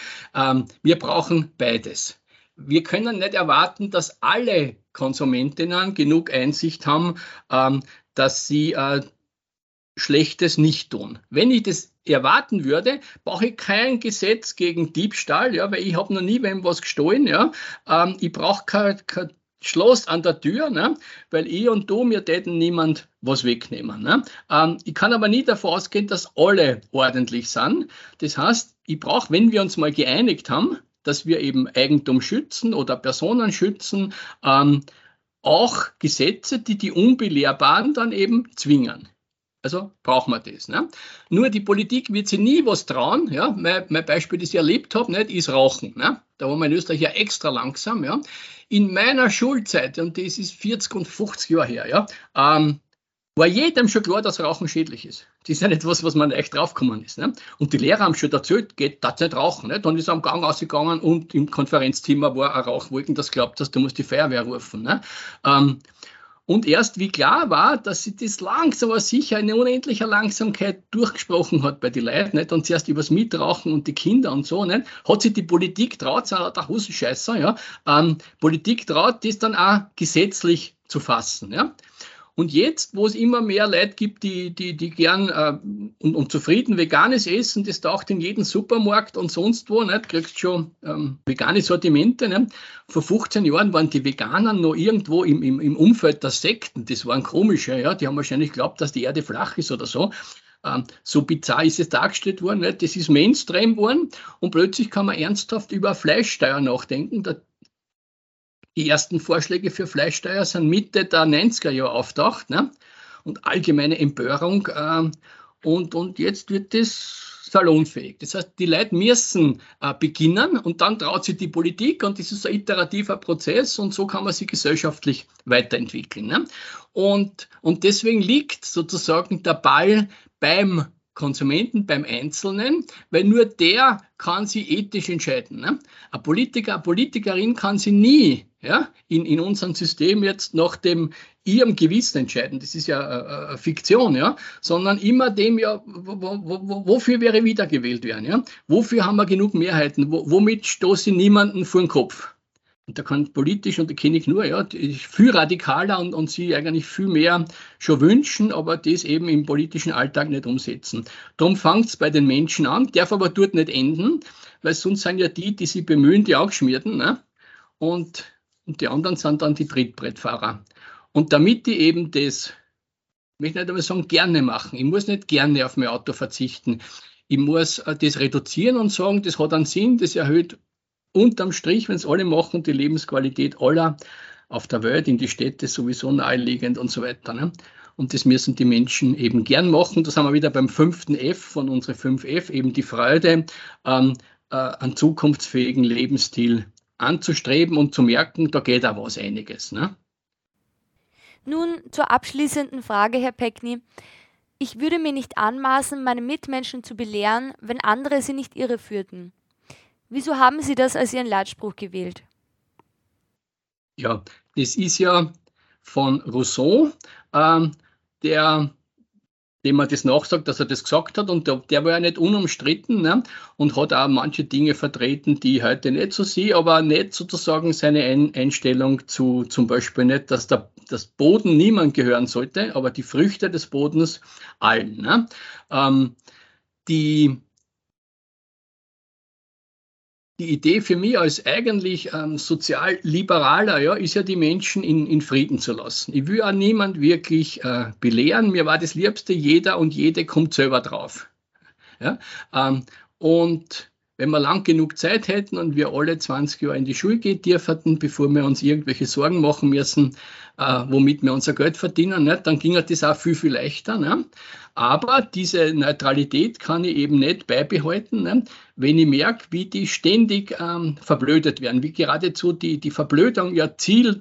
Wir brauchen beides. Wir können nicht erwarten, dass alle Konsumentinnen genug Einsicht haben, dass sie Schlechtes nicht tun. Wenn ich das erwarten würde, brauche ich kein Gesetz gegen Diebstahl, ja, weil ich habe noch nie wem was gestohlen. Ja. Ich brauche kein Schloss an der Tür, ne, weil ich und du, mir täten niemand was wegnehmen. Ne. Ich kann aber nie davon ausgehen, dass alle ordentlich sind. Das heißt, ich brauche, wenn wir uns mal geeinigt haben, dass wir eben Eigentum schützen oder Personen schützen, auch Gesetze, die die Unbelehrbaren dann eben zwingen. Also brauchen wir das. Ne? Nur die Politik wird sich nie was trauen. Ja? Mein Beispiel, das ich erlebt habe, nicht, ist Rauchen. Ne? Da war man in Österreich ja extra langsam. Ja? In meiner Schulzeit, und das ist 40 und 50 Jahre her, ja, war jedem schon klar, dass Rauchen schädlich ist. Das ist ja nicht was man echt draufgekommen ist. Ne? Und die Lehrer haben schon erzählt, geht das nicht rauchen. Ne? Dann ist er am Gang rausgegangen und im Konferenzzimmer war eine Rauchwolken, das glaubt, dass du musst die Feuerwehr rufen. Ne? Und erst wie klar war, dass sie das langsam, aber sicher in unendlicher Langsamkeit durchgesprochen hat bei den Leuten, nicht? Und zuerst übers Mitrauchen und die Kinder und so, nicht? Hat sich die Politik traut, der Hosenscheißer, ja, Politik traut, das dann auch gesetzlich zu fassen, ja. Und jetzt, wo es immer mehr Leute gibt, die gern und zufrieden veganes Essen, das taucht in jedem Supermarkt und sonst wo, nicht? Kriegst schon vegane Sortimente. Nicht? Vor 15 Jahren waren die Veganer noch irgendwo im Umfeld der Sekten. Das waren komische, ja. Die haben wahrscheinlich geglaubt, dass die Erde flach ist oder so. So bizarr ist es dargestellt worden. Nicht? Das ist Mainstream geworden und plötzlich kann man ernsthaft über Fleischsteuer nachdenken. Die ersten Vorschläge für Fleischsteuer sind Mitte der 90er Jahre auftaucht, ne? Und allgemeine Empörung. Und jetzt wird das salonfähig. Das heißt, die Leute müssen beginnen und dann traut sich die Politik und das ist ein iterativer Prozess und so kann man sich gesellschaftlich weiterentwickeln. Ne? Und deswegen liegt sozusagen der Ball beim Konsumenten, beim Einzelnen, weil nur der kann sie ethisch entscheiden. Ne? Ein Politiker, eine Politikerin kann sie nie in unserem System jetzt nach ihrem Gewissen entscheiden. Das ist ja eine Fiktion, sondern immer dem, wofür wäre wiedergewählt werden? Ja? Wofür haben wir genug Mehrheiten? Womit stoße ich niemanden vor den Kopf? Und da kann politisch, und da kenne ich nur, viel radikaler und sie eigentlich viel mehr schon wünschen, aber das eben im politischen Alltag nicht umsetzen. Darum fängt es bei den Menschen an, darf aber dort nicht enden, weil sonst sind ja die sich bemühen, die auch schmierten, ne? Und die anderen sind dann die Trittbrettfahrer. Und damit die eben das, ich möchte nicht einmal sagen, gerne machen, ich muss nicht gerne auf mein Auto verzichten, ich muss das reduzieren und sagen, das hat einen Sinn, das erhöht unterm Strich, wenn es alle machen, die Lebensqualität aller auf der Welt, in die Städte sowieso naheliegend und so weiter. Ne? Und das müssen die Menschen eben gern machen. Da sind wir wieder beim 5. F von unseren 5 F, eben die Freude, einen zukunftsfähigen Lebensstil anzustreben und zu merken, da geht auch was einiges. Ne? Nun zur abschließenden Frage, Herr Peckny. Ich würde mir nicht anmaßen, meine Mitmenschen zu belehren, wenn andere sie nicht irreführten. Wieso haben Sie das als Ihren Leitspruch gewählt? Ja, das ist ja von Rousseau, dem man das nachsagt, dass er das gesagt hat, und der war ja nicht unumstritten, ne? Und hat auch manche Dinge vertreten, die ich heute nicht so sehe, aber nicht sozusagen seine Einstellung zu zum Beispiel nicht, dass das Boden niemand gehören sollte, aber die Früchte des Bodens allen. Ne? Die Idee für mich als eigentlich Sozialliberaler ist ja, die Menschen in Frieden zu lassen. Ich will auch niemand wirklich belehren. Mir war das Liebste, jeder und jede kommt selber drauf. Ja? Und wenn wir lang genug Zeit hätten und wir alle 20 Jahre in die Schule gehen dürfen, bevor wir uns irgendwelche Sorgen machen müssen, womit wir unser Geld verdienen, ne, dann ginge das auch viel, viel leichter. Ne? Aber diese Neutralität kann ich eben nicht beibehalten, ne? Wenn ich merke, wie die ständig verblödet werden, wie geradezu die Verblödung ja Ziel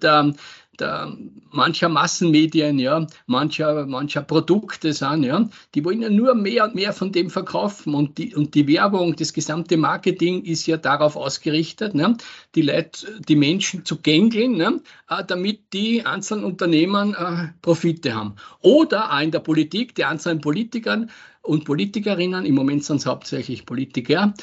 mancher Massenmedien, ja, mancher Produkte sind, ja, die wollen ja nur mehr und mehr von dem verkaufen, und die Werbung, das gesamte Marketing ist ja darauf ausgerichtet, ne, die Menschen zu gängeln, ne, damit die einzelnen Unternehmen Profite haben. Oder auch in der Politik, die einzelnen Politikern und Politikerinnen, im Moment sind es hauptsächlich Politiker,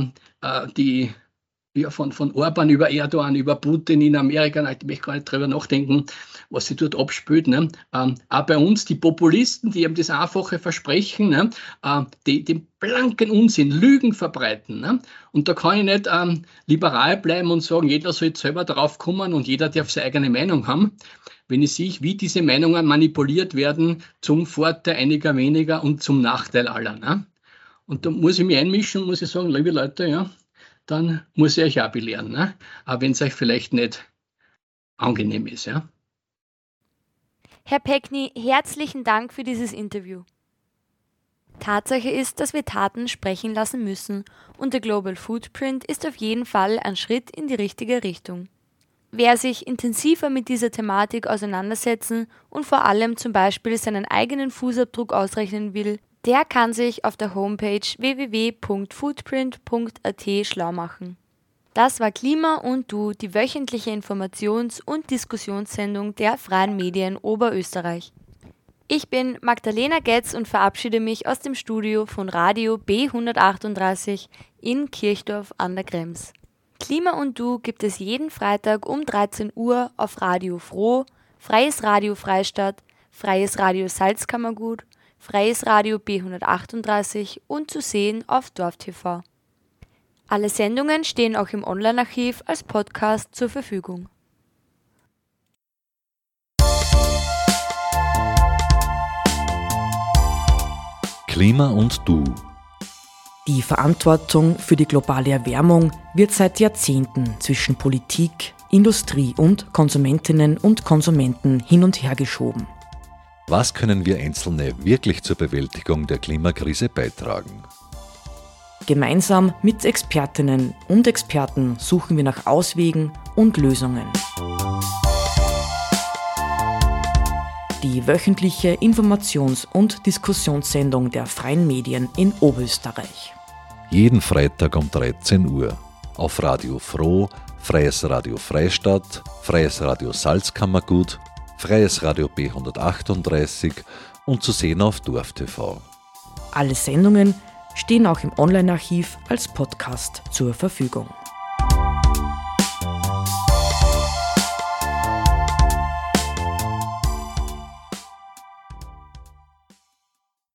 die von Orban über Erdogan, über Putin in Amerika, ich möchte gar nicht drüber nachdenken, was sie dort abspielt. Ne? Auch bei uns die Populisten, die eben das einfache Versprechen, ne? Den blanken Unsinn, Lügen verbreiten. Ne? Und da kann ich nicht liberal bleiben und sagen, jeder soll jetzt selber drauf kommen und jeder darf seine eigene Meinung haben. Wenn ich sehe, wie diese Meinungen manipuliert werden zum Vorteil einiger weniger und zum Nachteil aller. Ne? Und da muss ich mich einmischen und muss ich sagen, liebe Leute, ja, dann muss ich euch auch belehren, ne? Auch wenn es euch vielleicht nicht angenehm ist. Ja? Herr Peckny, herzlichen Dank für dieses Interview. Tatsache ist, dass wir Taten sprechen lassen müssen, und der Global Footprint ist auf jeden Fall ein Schritt in die richtige Richtung. Wer sich intensiver mit dieser Thematik auseinandersetzen und vor allem zum Beispiel seinen eigenen Fußabdruck ausrechnen will, der kann sich auf der Homepage www.footprint.at schlau machen. Das war Klima und Du, die wöchentliche Informations- und Diskussionssendung der Freien Medien Oberösterreich. Ich bin Magdalena Getz und verabschiede mich aus dem Studio von Radio B138 in Kirchdorf an der Krems. Klima und Du gibt es jeden Freitag um 13 Uhr auf Radio Froh, Freies Radio Freistadt, Freies Radio Salzkammergut, Freies Radio B138 und zu sehen auf DorfTV. Alle Sendungen stehen auch im Online-Archiv als Podcast zur Verfügung. Klima und Du. Die Verantwortung für die globale Erwärmung wird seit Jahrzehnten zwischen Politik, Industrie und Konsumentinnen und Konsumenten hin und her geschoben. Was können wir Einzelne wirklich zur Bewältigung der Klimakrise beitragen? Gemeinsam mit Expertinnen und Experten suchen wir nach Auswegen und Lösungen. die wöchentliche Informations- und Diskussionssendung der freien Medien in Oberösterreich. Jeden Freitag um 13 Uhr auf Radio Froh, Freies Radio Freistadt, Freies Radio Salzkammergut, Freies Radio B138 und zu sehen auf DorfTV. Alle Sendungen stehen auch im Online-Archiv als Podcast zur Verfügung.